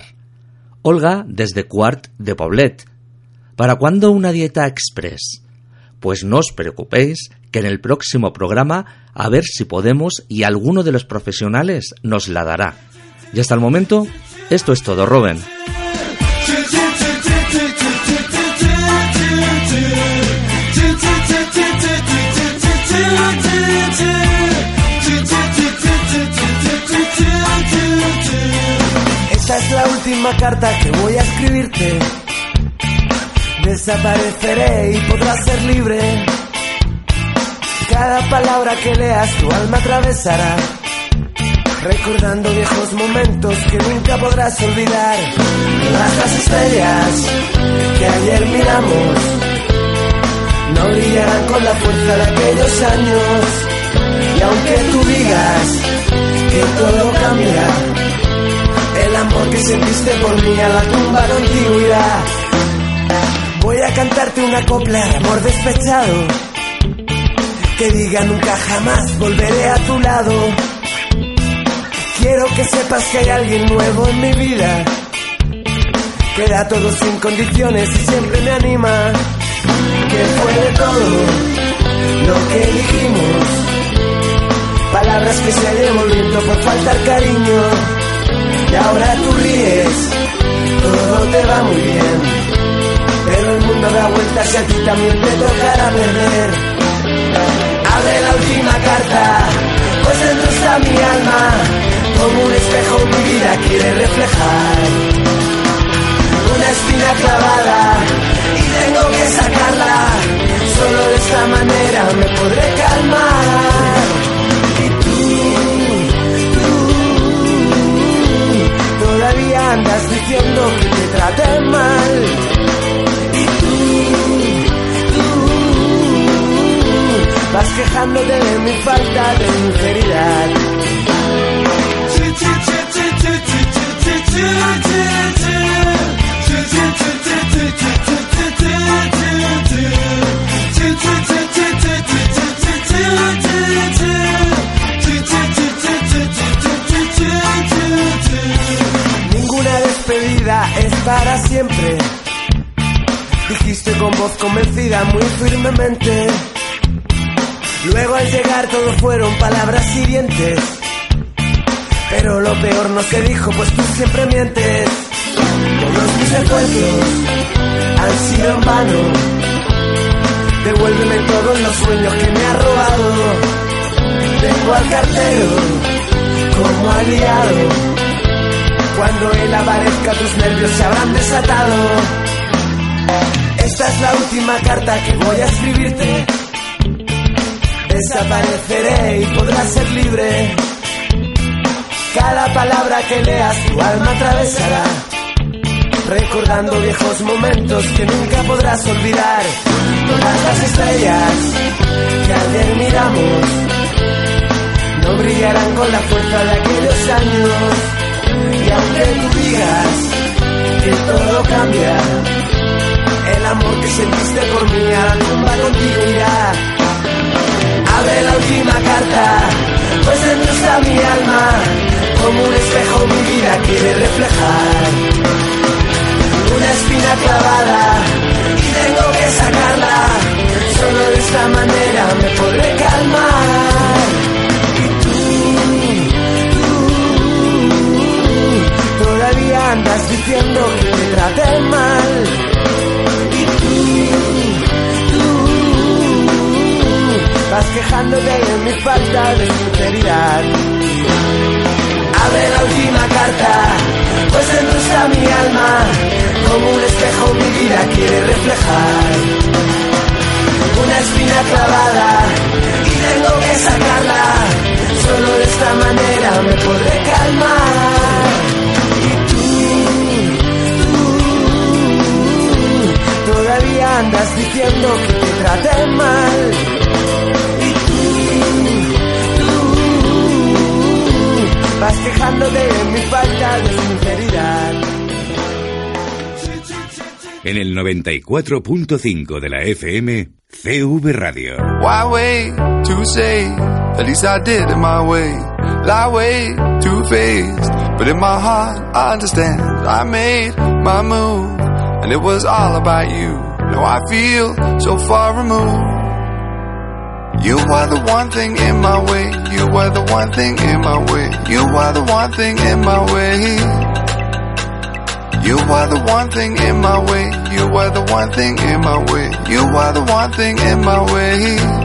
Olga, desde Quart de Poblet. ¿Para cuándo una dieta express? Pues no os preocupéis, que en el próximo programa a ver si podemos y alguno de los profesionales nos la dará. Y hasta el momento, esto es todo, Robin. Esta es la última carta que voy a escribirte. Desapareceré y podrás ser libre. Cada palabra que leas tu alma atravesará, recordando viejos momentos que nunca podrás olvidar. Todas las estrellas que ayer miramos no brillarán con la fuerza de aquellos años. Y aunque tú digas que todo cambia, el amor que sentiste por mí a la tumba contigo irá. Voy a cantarte una copla de amor despechado, que diga nunca jamás volveré a tu lado. Quiero que sepas que hay alguien nuevo en mi vida, que da todo sin condiciones y siempre me anima. Que fue de todo lo que dijimos, palabras que se llevó el viento por faltar cariño. Y ahora tú ríes, todo te va muy bien, pero el mundo da vueltas y a ti también te tocará perder. Abre la última carta, pues dentro está mi alma, como un espejo mi vida quiere reflejar. Una espina clavada y tengo que sacarla, solo de esta manera me podré calmar. Y tú, tú, todavía andas diciendo que te traté mal. Y tú, vas quejándote de mi falta de sinceridad. Ninguna despedida es para siempre, dijiste con voz convencida muy firmemente. Luego al llegar todo fueron palabras hirientes, pero lo peor no se dijo, pues tú siempre mientes. Todos mis esfuerzos han sido en vano, devuélveme todos los sueños que me has robado. Tengo al cartero como aliado, cuando él aparezca tus nervios se habrán desatado. Esta es la última carta que voy a escribirte, desapareceré y podrás ser libre. Cada palabra que leas tu alma atravesará, recordando viejos momentos que nunca podrás olvidar. Todas las estrellas que ayer miramos no brillarán con la fuerza de aquellos años. Y aunque tú digas que todo cambia, el amor que sentiste por mí a la tumba contigo irá. Abre la última carta, pues dentro está mi alma, como un espejo mi vida quiere reflejar. Una espina clavada y tengo que sacarla, solo de esta manera me podré calmar. Y tú, tú, todavía andas diciendo que te traté mal. Y tú, tú, vas quejándote de mi falta de sinceridad. Abre la última carta, pues dentro está mi alma, como un espejo mi vida quiere reflejar. Una espina clavada y tengo que sacarla, solo de esta manera me podré calmar. Y tú, tú, todavía andas diciendo que te traté mal. Vas quejándote de mi falta de sinceridad. En el noventa y cuatro punto cinco de la F M, C V Radio. Why wait to say, at least I did it my way. Lie way too faced, but in my heart I understand. I made my move, and it was all about you. Now I feel so far removed. You are the one thing in my way. You are the one thing in my way. You are the one thing in my way. You are the one thing in my way. You are the one thing in my way. You are the one thing in my way.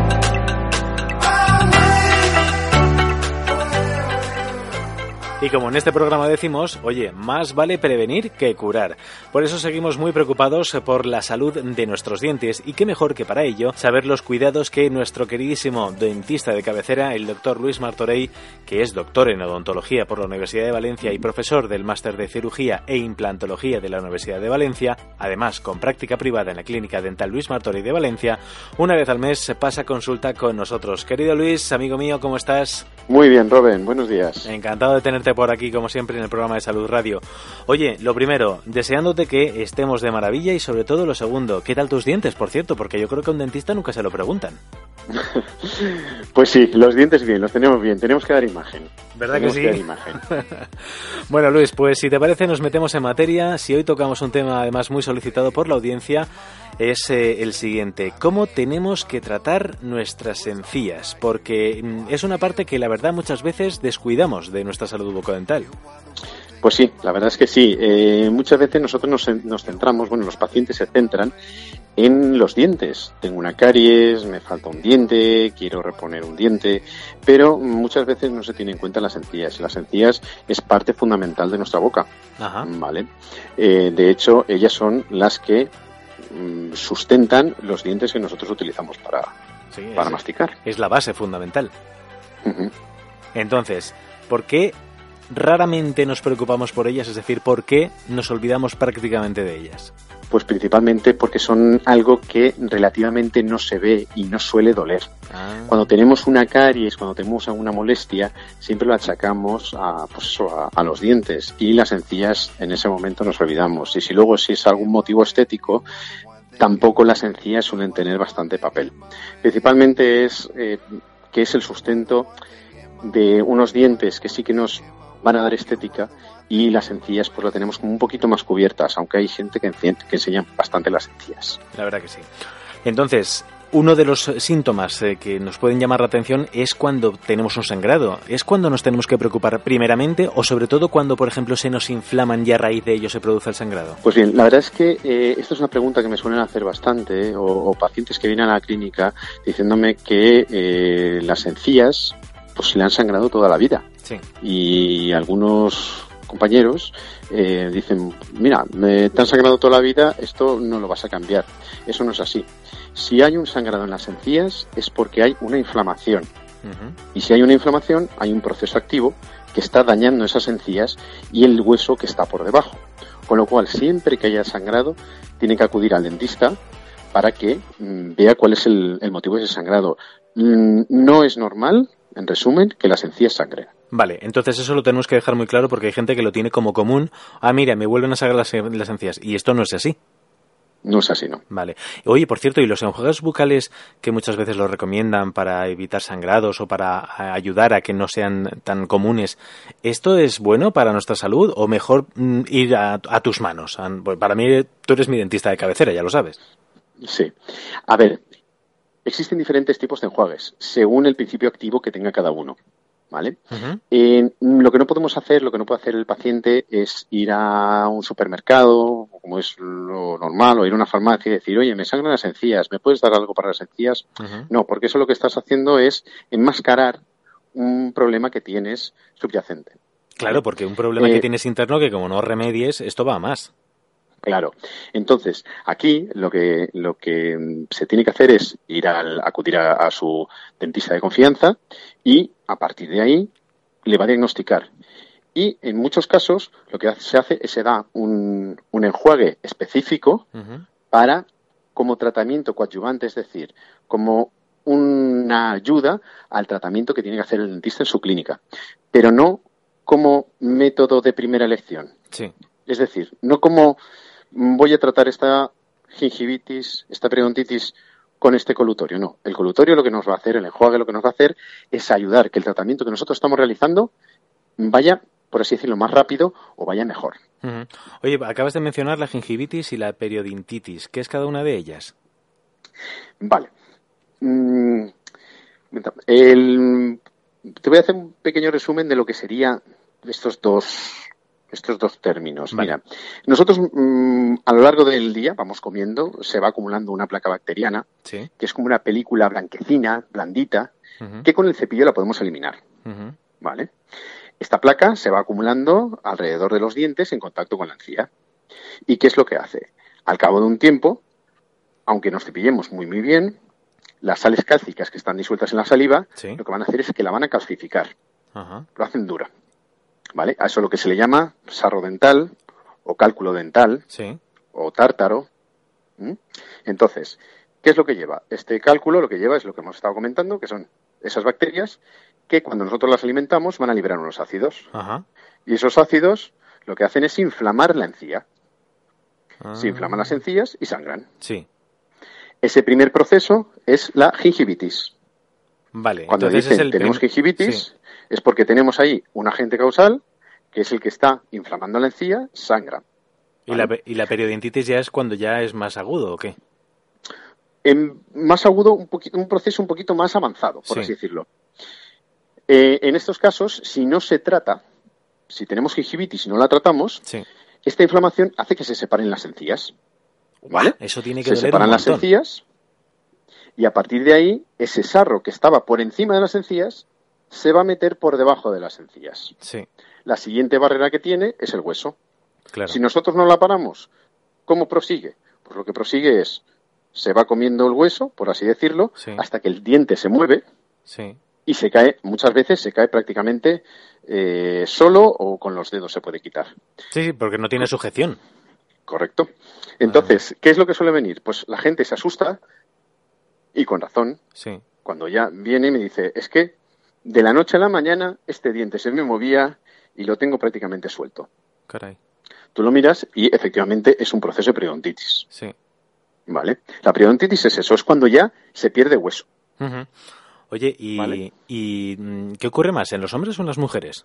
Y como en este programa decimos, oye, más vale prevenir que curar. Por eso seguimos muy preocupados por la salud de nuestros dientes y qué mejor que para ello saber los cuidados que nuestro queridísimo dentista de cabecera, el doctor Luis Martorell, que es doctor en odontología por la Universidad de Valencia y profesor del máster de cirugía e implantología de la Universidad de Valencia, además con práctica privada en la Clínica Dental Luis Martorell de Valencia, una vez al mes pasa consulta con nosotros. Querido Luis, amigo mío, ¿cómo estás? Muy bien, Robin, buenos días. Encantado de tenerte por aquí, como siempre, en el programa de Salud Radio. Oye, lo primero, deseándote que estemos de maravilla y sobre todo lo segundo, ¿qué tal tus dientes, por cierto? Porque yo creo que a un dentista nunca se lo preguntan. Pues sí, los dientes bien, los tenemos bien, tenemos que dar imagen. ¿Verdad tenemos que sí? Que dar imagen. Bueno, Luis, pues si te parece nos metemos en materia. Si hoy tocamos un tema además muy solicitado por la audiencia, es eh, el siguiente: ¿cómo tenemos que tratar nuestras encías? Porque mm, es una parte que la verdad muchas veces descuidamos de nuestra salud bucodental. Pues sí, la verdad es que sí. Eh, muchas veces nosotros nos, nos centramos, bueno, los pacientes se centran en los dientes. Tengo una caries, me falta un diente, quiero reponer un diente, pero muchas veces no se tiene en cuenta las encías. Las encías es parte fundamental de nuestra boca. Ajá. ¿Vale? Eh, de hecho, ellas son las que mm, sustentan los dientes que nosotros utilizamos para, sí, para es, masticar. Es la base fundamental. Uh-huh. Entonces, ¿por qué raramente nos preocupamos por ellas? Es decir, ¿por qué nos olvidamos prácticamente de ellas? Pues principalmente porque son algo que relativamente no se ve y no suele doler. Ah. Cuando tenemos una caries, cuando tenemos alguna molestia, siempre lo achacamos a, pues eso, a, a los dientes, y las encías en ese momento nos olvidamos. Y si luego si es algún motivo estético, tampoco las encías suelen tener bastante papel. Principalmente es eh, que es el sustento de unos dientes que sí que nos van a dar estética, y las encías pues las tenemos como un poquito más cubiertas, aunque hay gente que, que enseña bastante las encías. La verdad que sí. Entonces, uno de los síntomas eh, que nos pueden llamar la atención es cuando tenemos un sangrado. ¿Es cuando nos tenemos que preocupar primeramente, o sobre todo cuando, por ejemplo, se nos inflaman y a raíz de ello se produce el sangrado? Pues bien, la verdad es que eh, esto es una pregunta que me suelen hacer bastante, eh, o, o pacientes que vienen a la clínica diciéndome que eh, las encías pues le han sangrado toda la vida. Sí. Y algunos compañeros eh, dicen, mira, me te han sangrado toda la vida, esto no lo vas a cambiar. Eso no es así. Si hay un sangrado en las encías es porque hay una inflamación. Uh-huh. Y si hay una inflamación, hay un proceso activo que está dañando esas encías y el hueso que está por debajo. Con lo cual, siempre que haya sangrado, tiene que acudir al dentista para que mmm, vea cuál es el, el motivo de ese sangrado. Mm, no es normal, en resumen, que las encías sangren. Vale, entonces eso lo tenemos que dejar muy claro, porque hay gente que lo tiene como común. Ah, mira, me vuelven a sangrar las, las encías. Y esto no es así. No es así, ¿no? Vale. Oye, por cierto, ¿y los enjuagues bucales que muchas veces lo recomiendan para evitar sangrados o para ayudar a que no sean tan comunes, ¿esto es bueno para nuestra salud o mejor mm, ir a, a tus manos? Para mí, tú eres mi dentista de cabecera, ya lo sabes. Sí. A ver, existen diferentes tipos de enjuagues, según el principio activo que tenga cada uno. ¿Vale? Uh-huh. Eh, lo que no podemos hacer, lo que no puede hacer el paciente es ir a un supermercado, como es lo normal, o ir a una farmacia y decir, oye, me sangran las encías, ¿me puedes dar algo para las encías? Uh-huh. No, porque eso lo que estás haciendo es enmascarar un problema que tienes subyacente. Claro, porque un problema eh, que tienes interno que como no remedies, esto va a más. Claro. Entonces, aquí lo que lo que se tiene que hacer es ir al, acudir a, a su dentista de confianza y a partir de ahí le va a diagnosticar. Y en muchos casos lo que se hace es se da un, un enjuague específico uh-huh. para como tratamiento coadyuvante, es decir, como una ayuda al tratamiento que tiene que hacer el dentista en su clínica, pero no como método de primera elección. Sí. Es decir, no como voy a tratar esta gingivitis, esta periodontitis con este colutorio. No, el colutorio lo que nos va a hacer, el enjuague lo que nos va a hacer es ayudar que el tratamiento que nosotros estamos realizando vaya, por así decirlo, más rápido o vaya mejor. Uh-huh. Oye, acabas de mencionar la gingivitis y la periodontitis. ¿Qué es cada una de ellas? Vale. Mm, el, te voy a hacer un pequeño resumen de lo que serían estos dos estos dos términos. Vale. Mira, nosotros mmm, a lo largo del día vamos comiendo, se va acumulando una placa bacteriana, ¿sí? que es como una película blanquecina, blandita, uh-huh. que con el cepillo la podemos eliminar. Uh-huh. ¿Vale? Esta placa se va acumulando alrededor de los dientes en contacto con la encía. ¿Y qué es lo que hace? Al cabo de un tiempo, aunque nos cepillemos muy muy bien, las sales cálcicas que están disueltas en la saliva, ¿sí? Lo que van a hacer es que la van a calcificar. Uh-huh. Lo hacen dura. ¿Vale? A eso es lo que se le llama sarro dental o cálculo dental, sí. o tártaro. ¿Mm? Entonces, ¿qué es lo que lleva? Este cálculo lo que lleva es lo que hemos estado comentando, que son esas bacterias que cuando nosotros las alimentamos van a liberar unos ácidos. Ajá. Y esos ácidos lo que hacen es inflamar la encía. Ah. Se inflaman las encías y sangran. Sí. Ese primer proceso es la gingivitis. Vale. Cuando dicen el tenemos prim... gingivitis... Sí. Es porque tenemos ahí un agente causal, que es el que está inflamando la encía, sangra. ¿Y, ¿vale? la, ¿Y la periodontitis ya es cuando ya es más agudo o qué? En más agudo, un, poquito, un proceso un poquito más avanzado, por sí. así decirlo. Eh, en estos casos, si no se trata, si tenemos gingivitis y no la tratamos, sí. esta inflamación hace que se separen las encías. ¿Vale? Eso tiene que se doler separan un las montón. encías y a partir de ahí, ese sarro que estaba por encima de las encías se va a meter por debajo de las encías. Sí. La siguiente barrera que tiene es el hueso. Claro. Si nosotros no la paramos, ¿cómo prosigue? Pues lo que prosigue es, se va comiendo el hueso, por así decirlo, sí. hasta que el diente se mueve, sí. y se cae, muchas veces se cae prácticamente eh, solo o con los dedos se puede quitar. Sí, sí, porque no tiene sujeción. Correcto. Entonces, ¿qué es lo que suele venir? Pues la gente se asusta y con razón. Sí. Cuando ya viene y me dice, es que de la noche a la mañana este diente se me movía y lo tengo prácticamente suelto. Caray. Tú lo miras y efectivamente es un proceso de periodontitis. Sí. ¿Vale? La periodontitis es eso, es cuando ya se pierde hueso. Uh-huh. Oye, ¿y, ¿Vale? ¿y qué ocurre más, en los hombres o en las mujeres?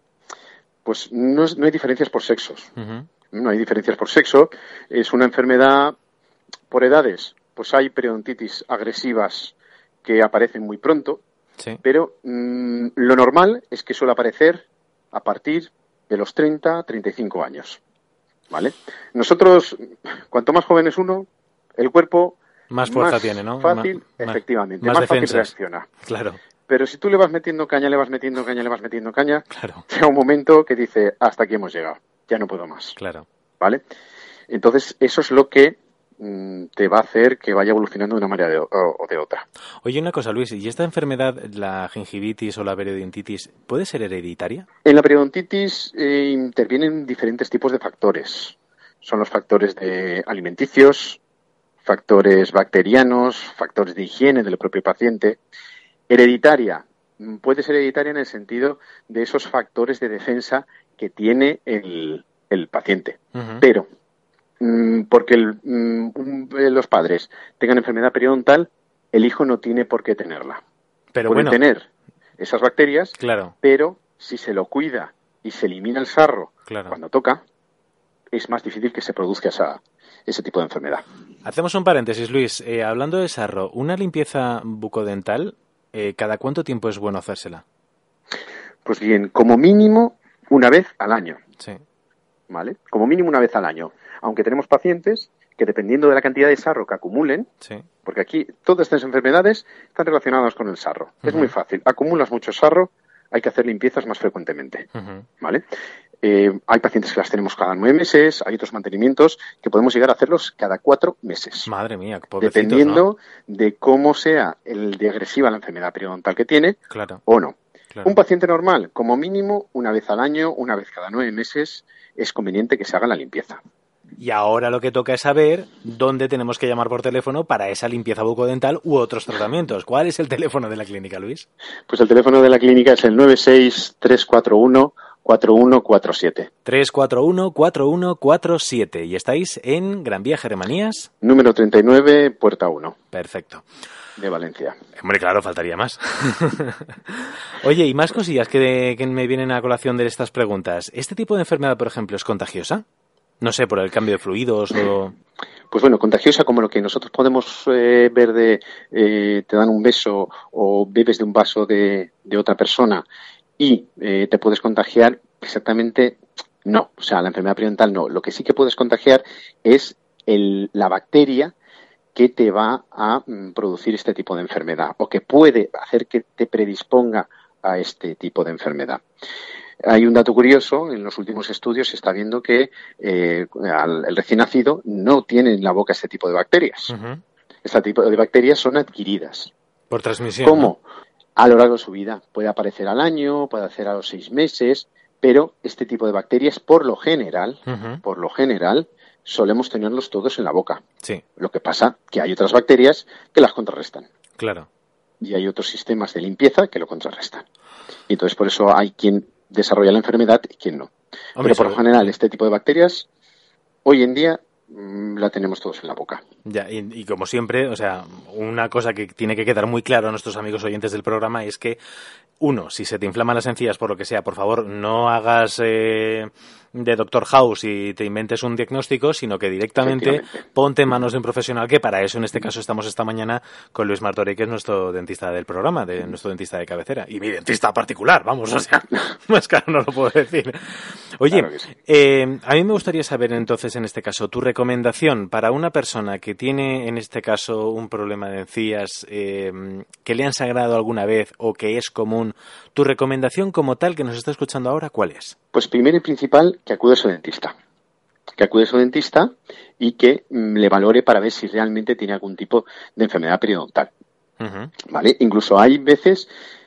Pues no, es, no hay diferencias por sexos. Uh-huh. No hay diferencias por sexo. Es una enfermedad por edades. Pues hay periodontitis agresivas que aparecen muy pronto, sí. pero mmm, lo normal es que suele aparecer a partir de los treinta, treinta y cinco años. ¿Vale? Nosotros, cuanto más joven es uno, el cuerpo más fuerza más tiene, ¿no? Fácil, más, efectivamente, más, más, más fácil reacciona. Claro. Pero si tú le vas metiendo caña, le vas metiendo caña, le vas metiendo caña, claro. llega un momento que dice, hasta aquí hemos llegado, ya no puedo más. Claro. ¿Vale? Entonces, eso es lo que mmm, te va a hacer que vaya evolucionando de una manera de, o, o de otra. Oye, una cosa, Luis, ¿y esta enfermedad, la gingivitis o la periodontitis, puede ser hereditaria? En la periodontitis eh, intervienen diferentes tipos de factores. Son los factores de alimenticios, factores bacterianos, factores de higiene del propio paciente. Hereditaria, puede ser hereditaria en el sentido de esos factores de defensa que tiene el, el paciente. Uh-huh. Pero, mmm, porque el, mmm, los padres tengan enfermedad periodontal, el hijo no tiene por qué tenerla. Pero Pueden bueno, tener esas bacterias, claro. pero si se lo cuida y se elimina el sarro claro. cuando toca, es más difícil que se produzca esa, ese tipo de enfermedad. Hacemos un paréntesis, Luis. Eh, hablando de sarro, ¿una limpieza bucodental, eh, cada cuánto tiempo es bueno hacérsela? Pues bien, como mínimo una vez al año. Sí. ¿Vale? Como mínimo una vez al año. Aunque tenemos pacientes que dependiendo de la cantidad de sarro que acumulen, sí. porque aquí todas estas enfermedades están relacionadas con el sarro. Uh-huh. Es muy fácil. Acumulas mucho sarro, hay que hacer limpiezas más frecuentemente. Uh-huh. ¿Vale? Eh, hay pacientes que las tenemos cada nueve meses, hay otros mantenimientos que podemos llegar a hacerlos cada cuatro meses. Madre mía, pobrecitos, dependiendo ¿no? de cómo sea el de agresiva la enfermedad periodontal que tiene claro. o no. Claro. Un paciente normal, como mínimo, una vez al año, una vez cada nueve meses, es conveniente que se haga la limpieza. Y ahora lo que toca es saber dónde tenemos que llamar por teléfono para esa limpieza bucodental u otros tratamientos. ¿Cuál es el teléfono de la clínica, Luis? Pues el teléfono de la clínica es el nueve seis tres cuatro uno cuatro uno cuatro siete. tres cuatro uno cuatro uno cuatro siete. Y estáis en Gran Vía Germanías. Número treinta y nueve, puerta uno. Perfecto. De Valencia. Hombre, claro, faltaría más. Oye, y más cosillas que, de, que me vienen a colación de estas preguntas. ¿Este tipo de enfermedad, por ejemplo, es contagiosa? No sé, por el cambio de fluidos o... Pues bueno, contagiosa como lo que nosotros podemos eh, ver de eh, te dan un beso o bebes de un vaso de, de otra persona y eh, te puedes contagiar, exactamente no. O sea, la enfermedad periodontal no. Lo que sí que puedes contagiar es el, la bacteria que te va a mm, producir este tipo de enfermedad o que puede hacer que te predisponga a este tipo de enfermedad. Hay un dato curioso, en los últimos estudios se está viendo que eh, al, el recién nacido no tiene en la boca este tipo de bacterias. Uh-huh. Este tipo de bacterias son adquiridas. Por transmisión. ¿Cómo? ¿No? A lo largo de su vida. Puede aparecer al año, puede aparecer a los seis meses, pero este tipo de bacterias, por lo general, uh-huh. por lo general, solemos tenerlos todos en la boca. Sí. Lo que pasa que hay otras bacterias que las contrarrestan. Claro. Y hay otros sistemas de limpieza que lo contrarrestan. Y entonces por eso hay quien desarrolla la enfermedad y quien no. Hombre, pero por lo general este tipo de bacterias hoy en día mmm, la tenemos todos en la boca. Ya, y, y como siempre, o sea, una cosa que tiene que quedar muy claro a nuestros amigos oyentes del programa es que, uno, si se te inflaman las encías por lo que sea, por favor, no hagas eh, de Doctor House y te inventes un diagnóstico, sino que directamente ponte en manos de un profesional, que para eso en este caso estamos esta mañana con Luis Martorell, que es nuestro dentista del programa, de nuestro dentista de cabecera, y mi dentista particular, vamos, o sea, más claro no lo puedo decir. Oye, claro sí. eh, a mí me gustaría saber entonces en este caso tu recomendación para una persona que tiene en este caso un problema de encías, eh, que le han sangrado alguna vez o que es común. Tu recomendación como tal que nos está escuchando ahora, ¿cuál es? Pues primero y principal, que acude a su dentista. Que acude a su dentista y que mm, le valore para ver si realmente tiene algún tipo de enfermedad periodontal. Uh-huh. ¿Vale? Incluso hay veces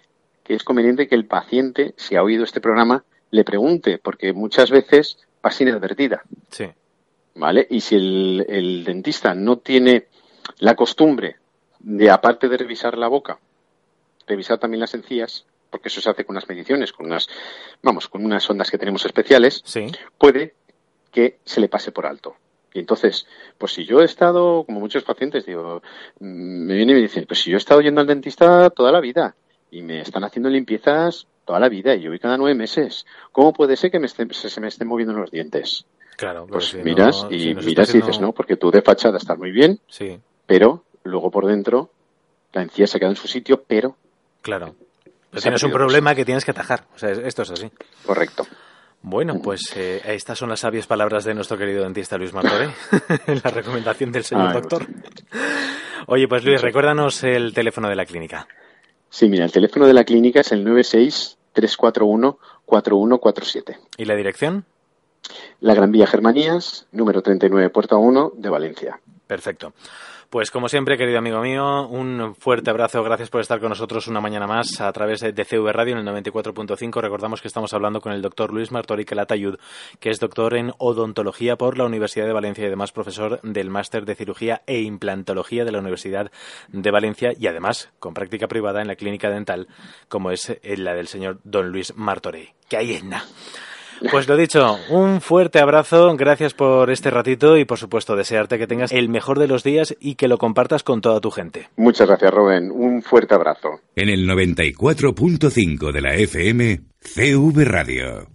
que es conveniente que el paciente, si ha oído este programa, le pregunte, porque muchas veces pasa inadvertida. Sí. ¿Vale? Y si el, el dentista no tiene la costumbre de, aparte de revisar la boca, revisar también las encías, porque eso se hace con unas mediciones, con unas, vamos, con unas ondas que tenemos especiales, sí. puede que se le pase por alto. Y entonces, pues si yo he estado, como muchos pacientes, digo, me vienen y me dicen, pues si yo he estado yendo al dentista toda la vida y me están haciendo limpiezas toda la vida y yo voy cada nueve meses, ¿cómo puede ser que me esté, se, se me estén moviendo los dientes? Claro, pues si miras no, y si miras haciendo... y dices, no, porque tú de fachada estás muy bien, sí. pero luego por dentro la encía se queda en su sitio, pero... Claro. Pero tienes un problema cosas. que tienes que atajar. O sea, esto es así. Correcto. Bueno, pues eh, estas son las sabias palabras de nuestro querido dentista Luis Martorell, la recomendación del señor Ay, doctor. Pues... Oye, pues Luis, recuérdanos el teléfono de la clínica. Sí, mira, el teléfono de la clínica es el nueve seis tres cuatro uno cuatro uno cuatro siete. ¿Y la dirección? La Gran Vía Germanías, número treinta y nueve, Puerta uno, de Valencia. Perfecto. Pues como siempre, querido amigo mío, un fuerte abrazo, gracias por estar con nosotros una mañana más a través de C V Radio en el noventa y cuatro punto cinco. Recordamos que estamos hablando con el doctor Luis Martorell Calatayud, que es doctor en odontología por la Universidad de Valencia y además profesor del máster de cirugía e implantología de la Universidad de Valencia y además con práctica privada en la clínica dental como es la del señor don Luis Martorell. Que ahí es nada. Pues lo dicho, un fuerte abrazo, gracias por este ratito y por supuesto desearte que tengas el mejor de los días y que lo compartas con toda tu gente. Muchas gracias, Rubén, un fuerte abrazo. En el noventa y cuatro punto cinco de la F M, C V Radio.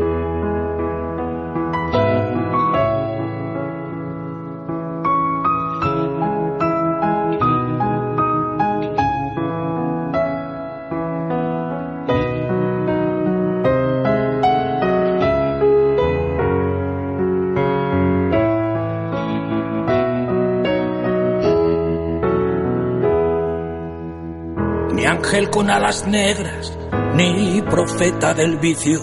Ángel con alas negras, ni profeta del vicio,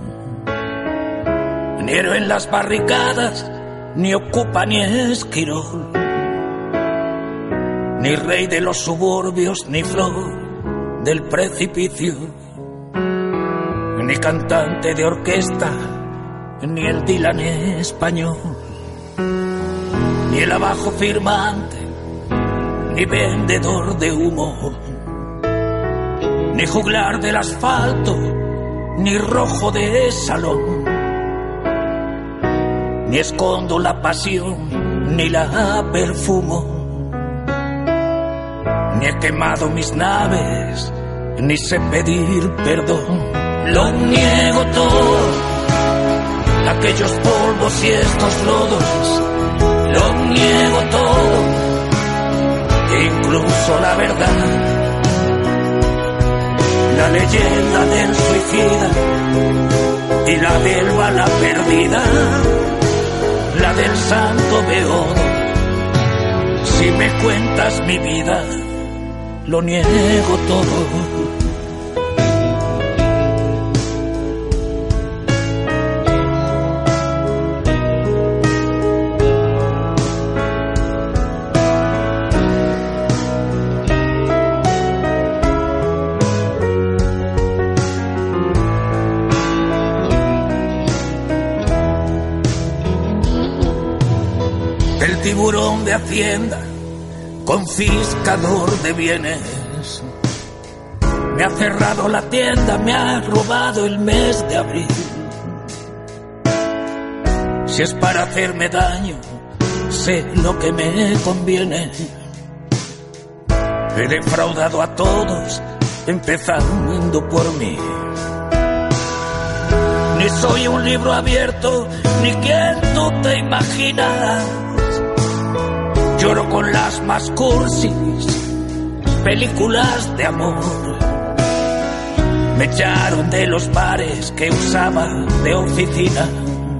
ni héroe en las barricadas, ni ocupa ni esquirol, ni rey de los suburbios, ni flor del precipicio, ni cantante de orquesta, ni el Dylan español, ni el abajo firmante, ni vendedor de humo, ni juglar del asfalto, ni rojo de salón, ni escondo la pasión, ni la perfumo, ni he quemado mis naves, ni sé pedir perdón. Lo niego todo, aquellos polvos y estos lodos, lo niego todo, incluso la verdad. La leyenda del suicida y la del bala perdida, la del santo beodo. Si me cuentas mi vida, lo niego todo. Tiburón de Hacienda, confiscador de bienes, me ha cerrado la tienda, me ha robado el mes de abril. Si es para hacerme daño, sé lo que me conviene. He defraudado a todos, empezando por mí. Ni soy un libro abierto, ni quien tú te imaginas. Lloro con las más cursis películas de amor. Me echaron de los bares que usaba de oficina.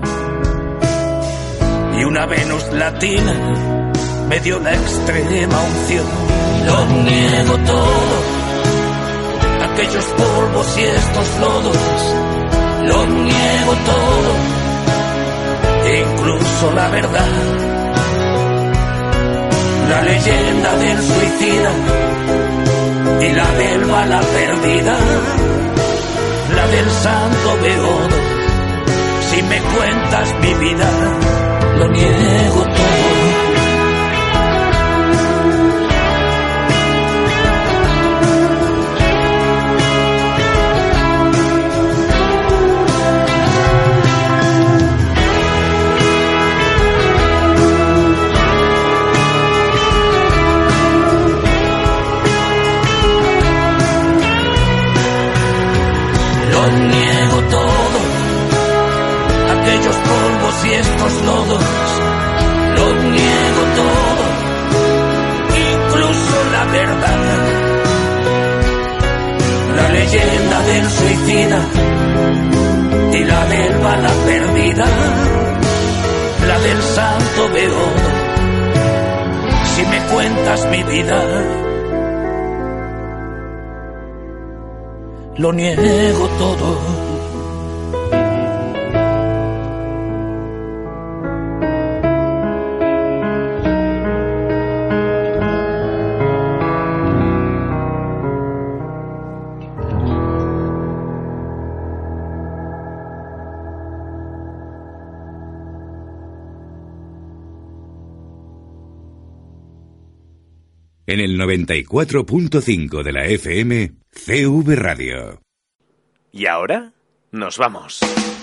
Y una Venus latina me dio la extrema unción. Lo niego todo, aquellos polvos y estos lodos. Lo niego todo, incluso la verdad. La leyenda del suicida y la del bala perdida, la del santo beodo. Si me cuentas mi vida, lo niego todo. Lo niego todo, aquellos polvos y estos lodos, lo niego todo, incluso la verdad, la leyenda del suicida y la del bala perdida, la del santo beodo. Si me cuentas mi vida, lo niego todo. En el noventa y cuatro punto cinco de la F M, C V Radio. Y ahora nos vamos.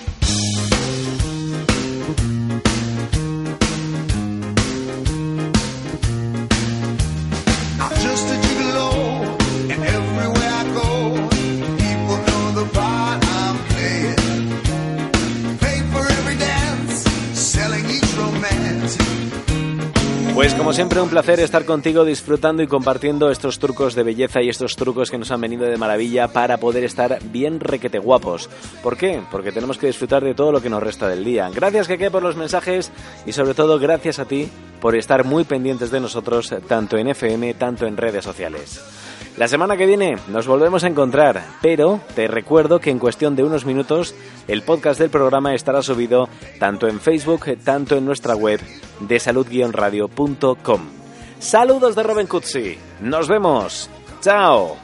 Pues como siempre, un placer estar contigo disfrutando y compartiendo estos trucos de belleza y estos trucos que nos han venido de maravilla para poder estar bien requete guapos. ¿Por qué? Porque tenemos que disfrutar de todo lo que nos resta del día. Gracias, Keke, por los mensajes y sobre todo gracias a ti por estar muy pendientes de nosotros, tanto en F M, tanto en redes sociales. La semana que viene nos volvemos a encontrar, pero te recuerdo que en cuestión de unos minutos el podcast del programa estará subido tanto en Facebook, tanto en nuestra web de salud guion radio punto com. Saludos de Robin Cutsi. Nos vemos. Chao.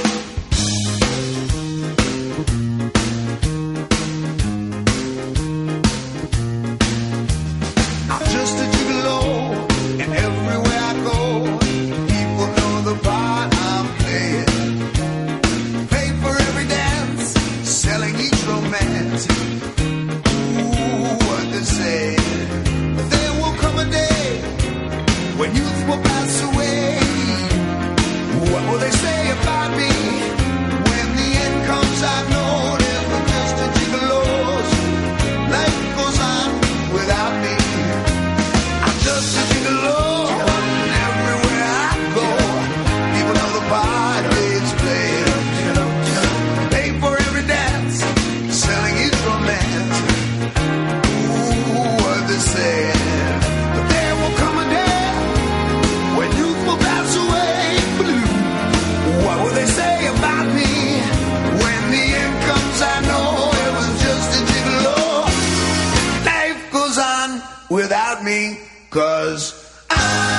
Without me, 'cause I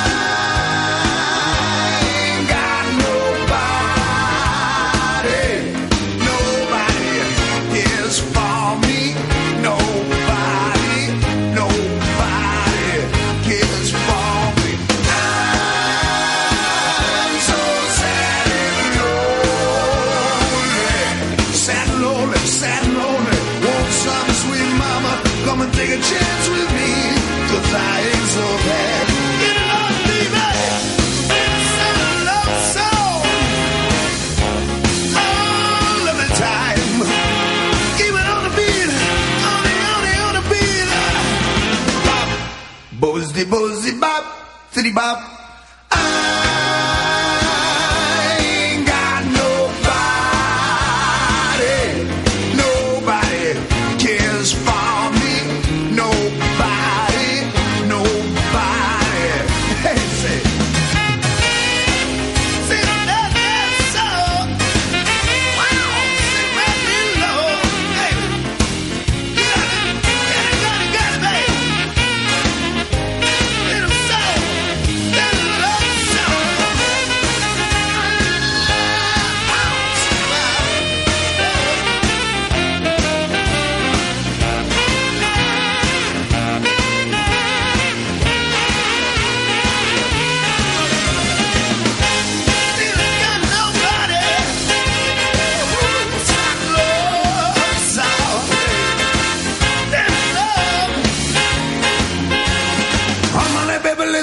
ain't got nobody, nobody is for me, nobody, nobody cares for me. I'm so sad and lonely, sad and lonely, sad and lonely. Want some sweet mama, come and take a chance with me. 'Cause I ain't so bad. You know, baby, it's a love song all of the time. Keep it on the beat, on the, on the, on the beat. Bop, bozzy, bozzy, bop, city bop. I ain't got nobody, nobody cares for me, nobody. That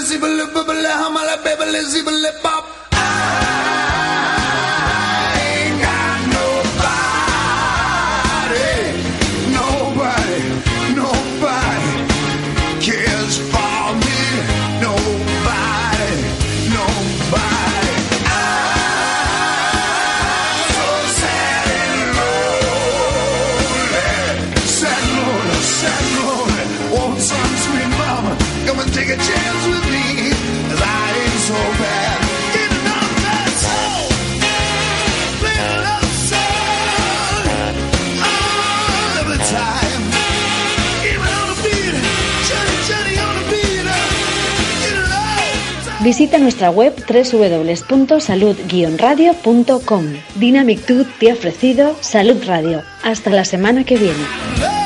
Visita nuestra web doble u doble u doble u punto salud guion radio punto com. Dynamic Tooth te ha ofrecido Salud Radio. Hasta la semana que viene.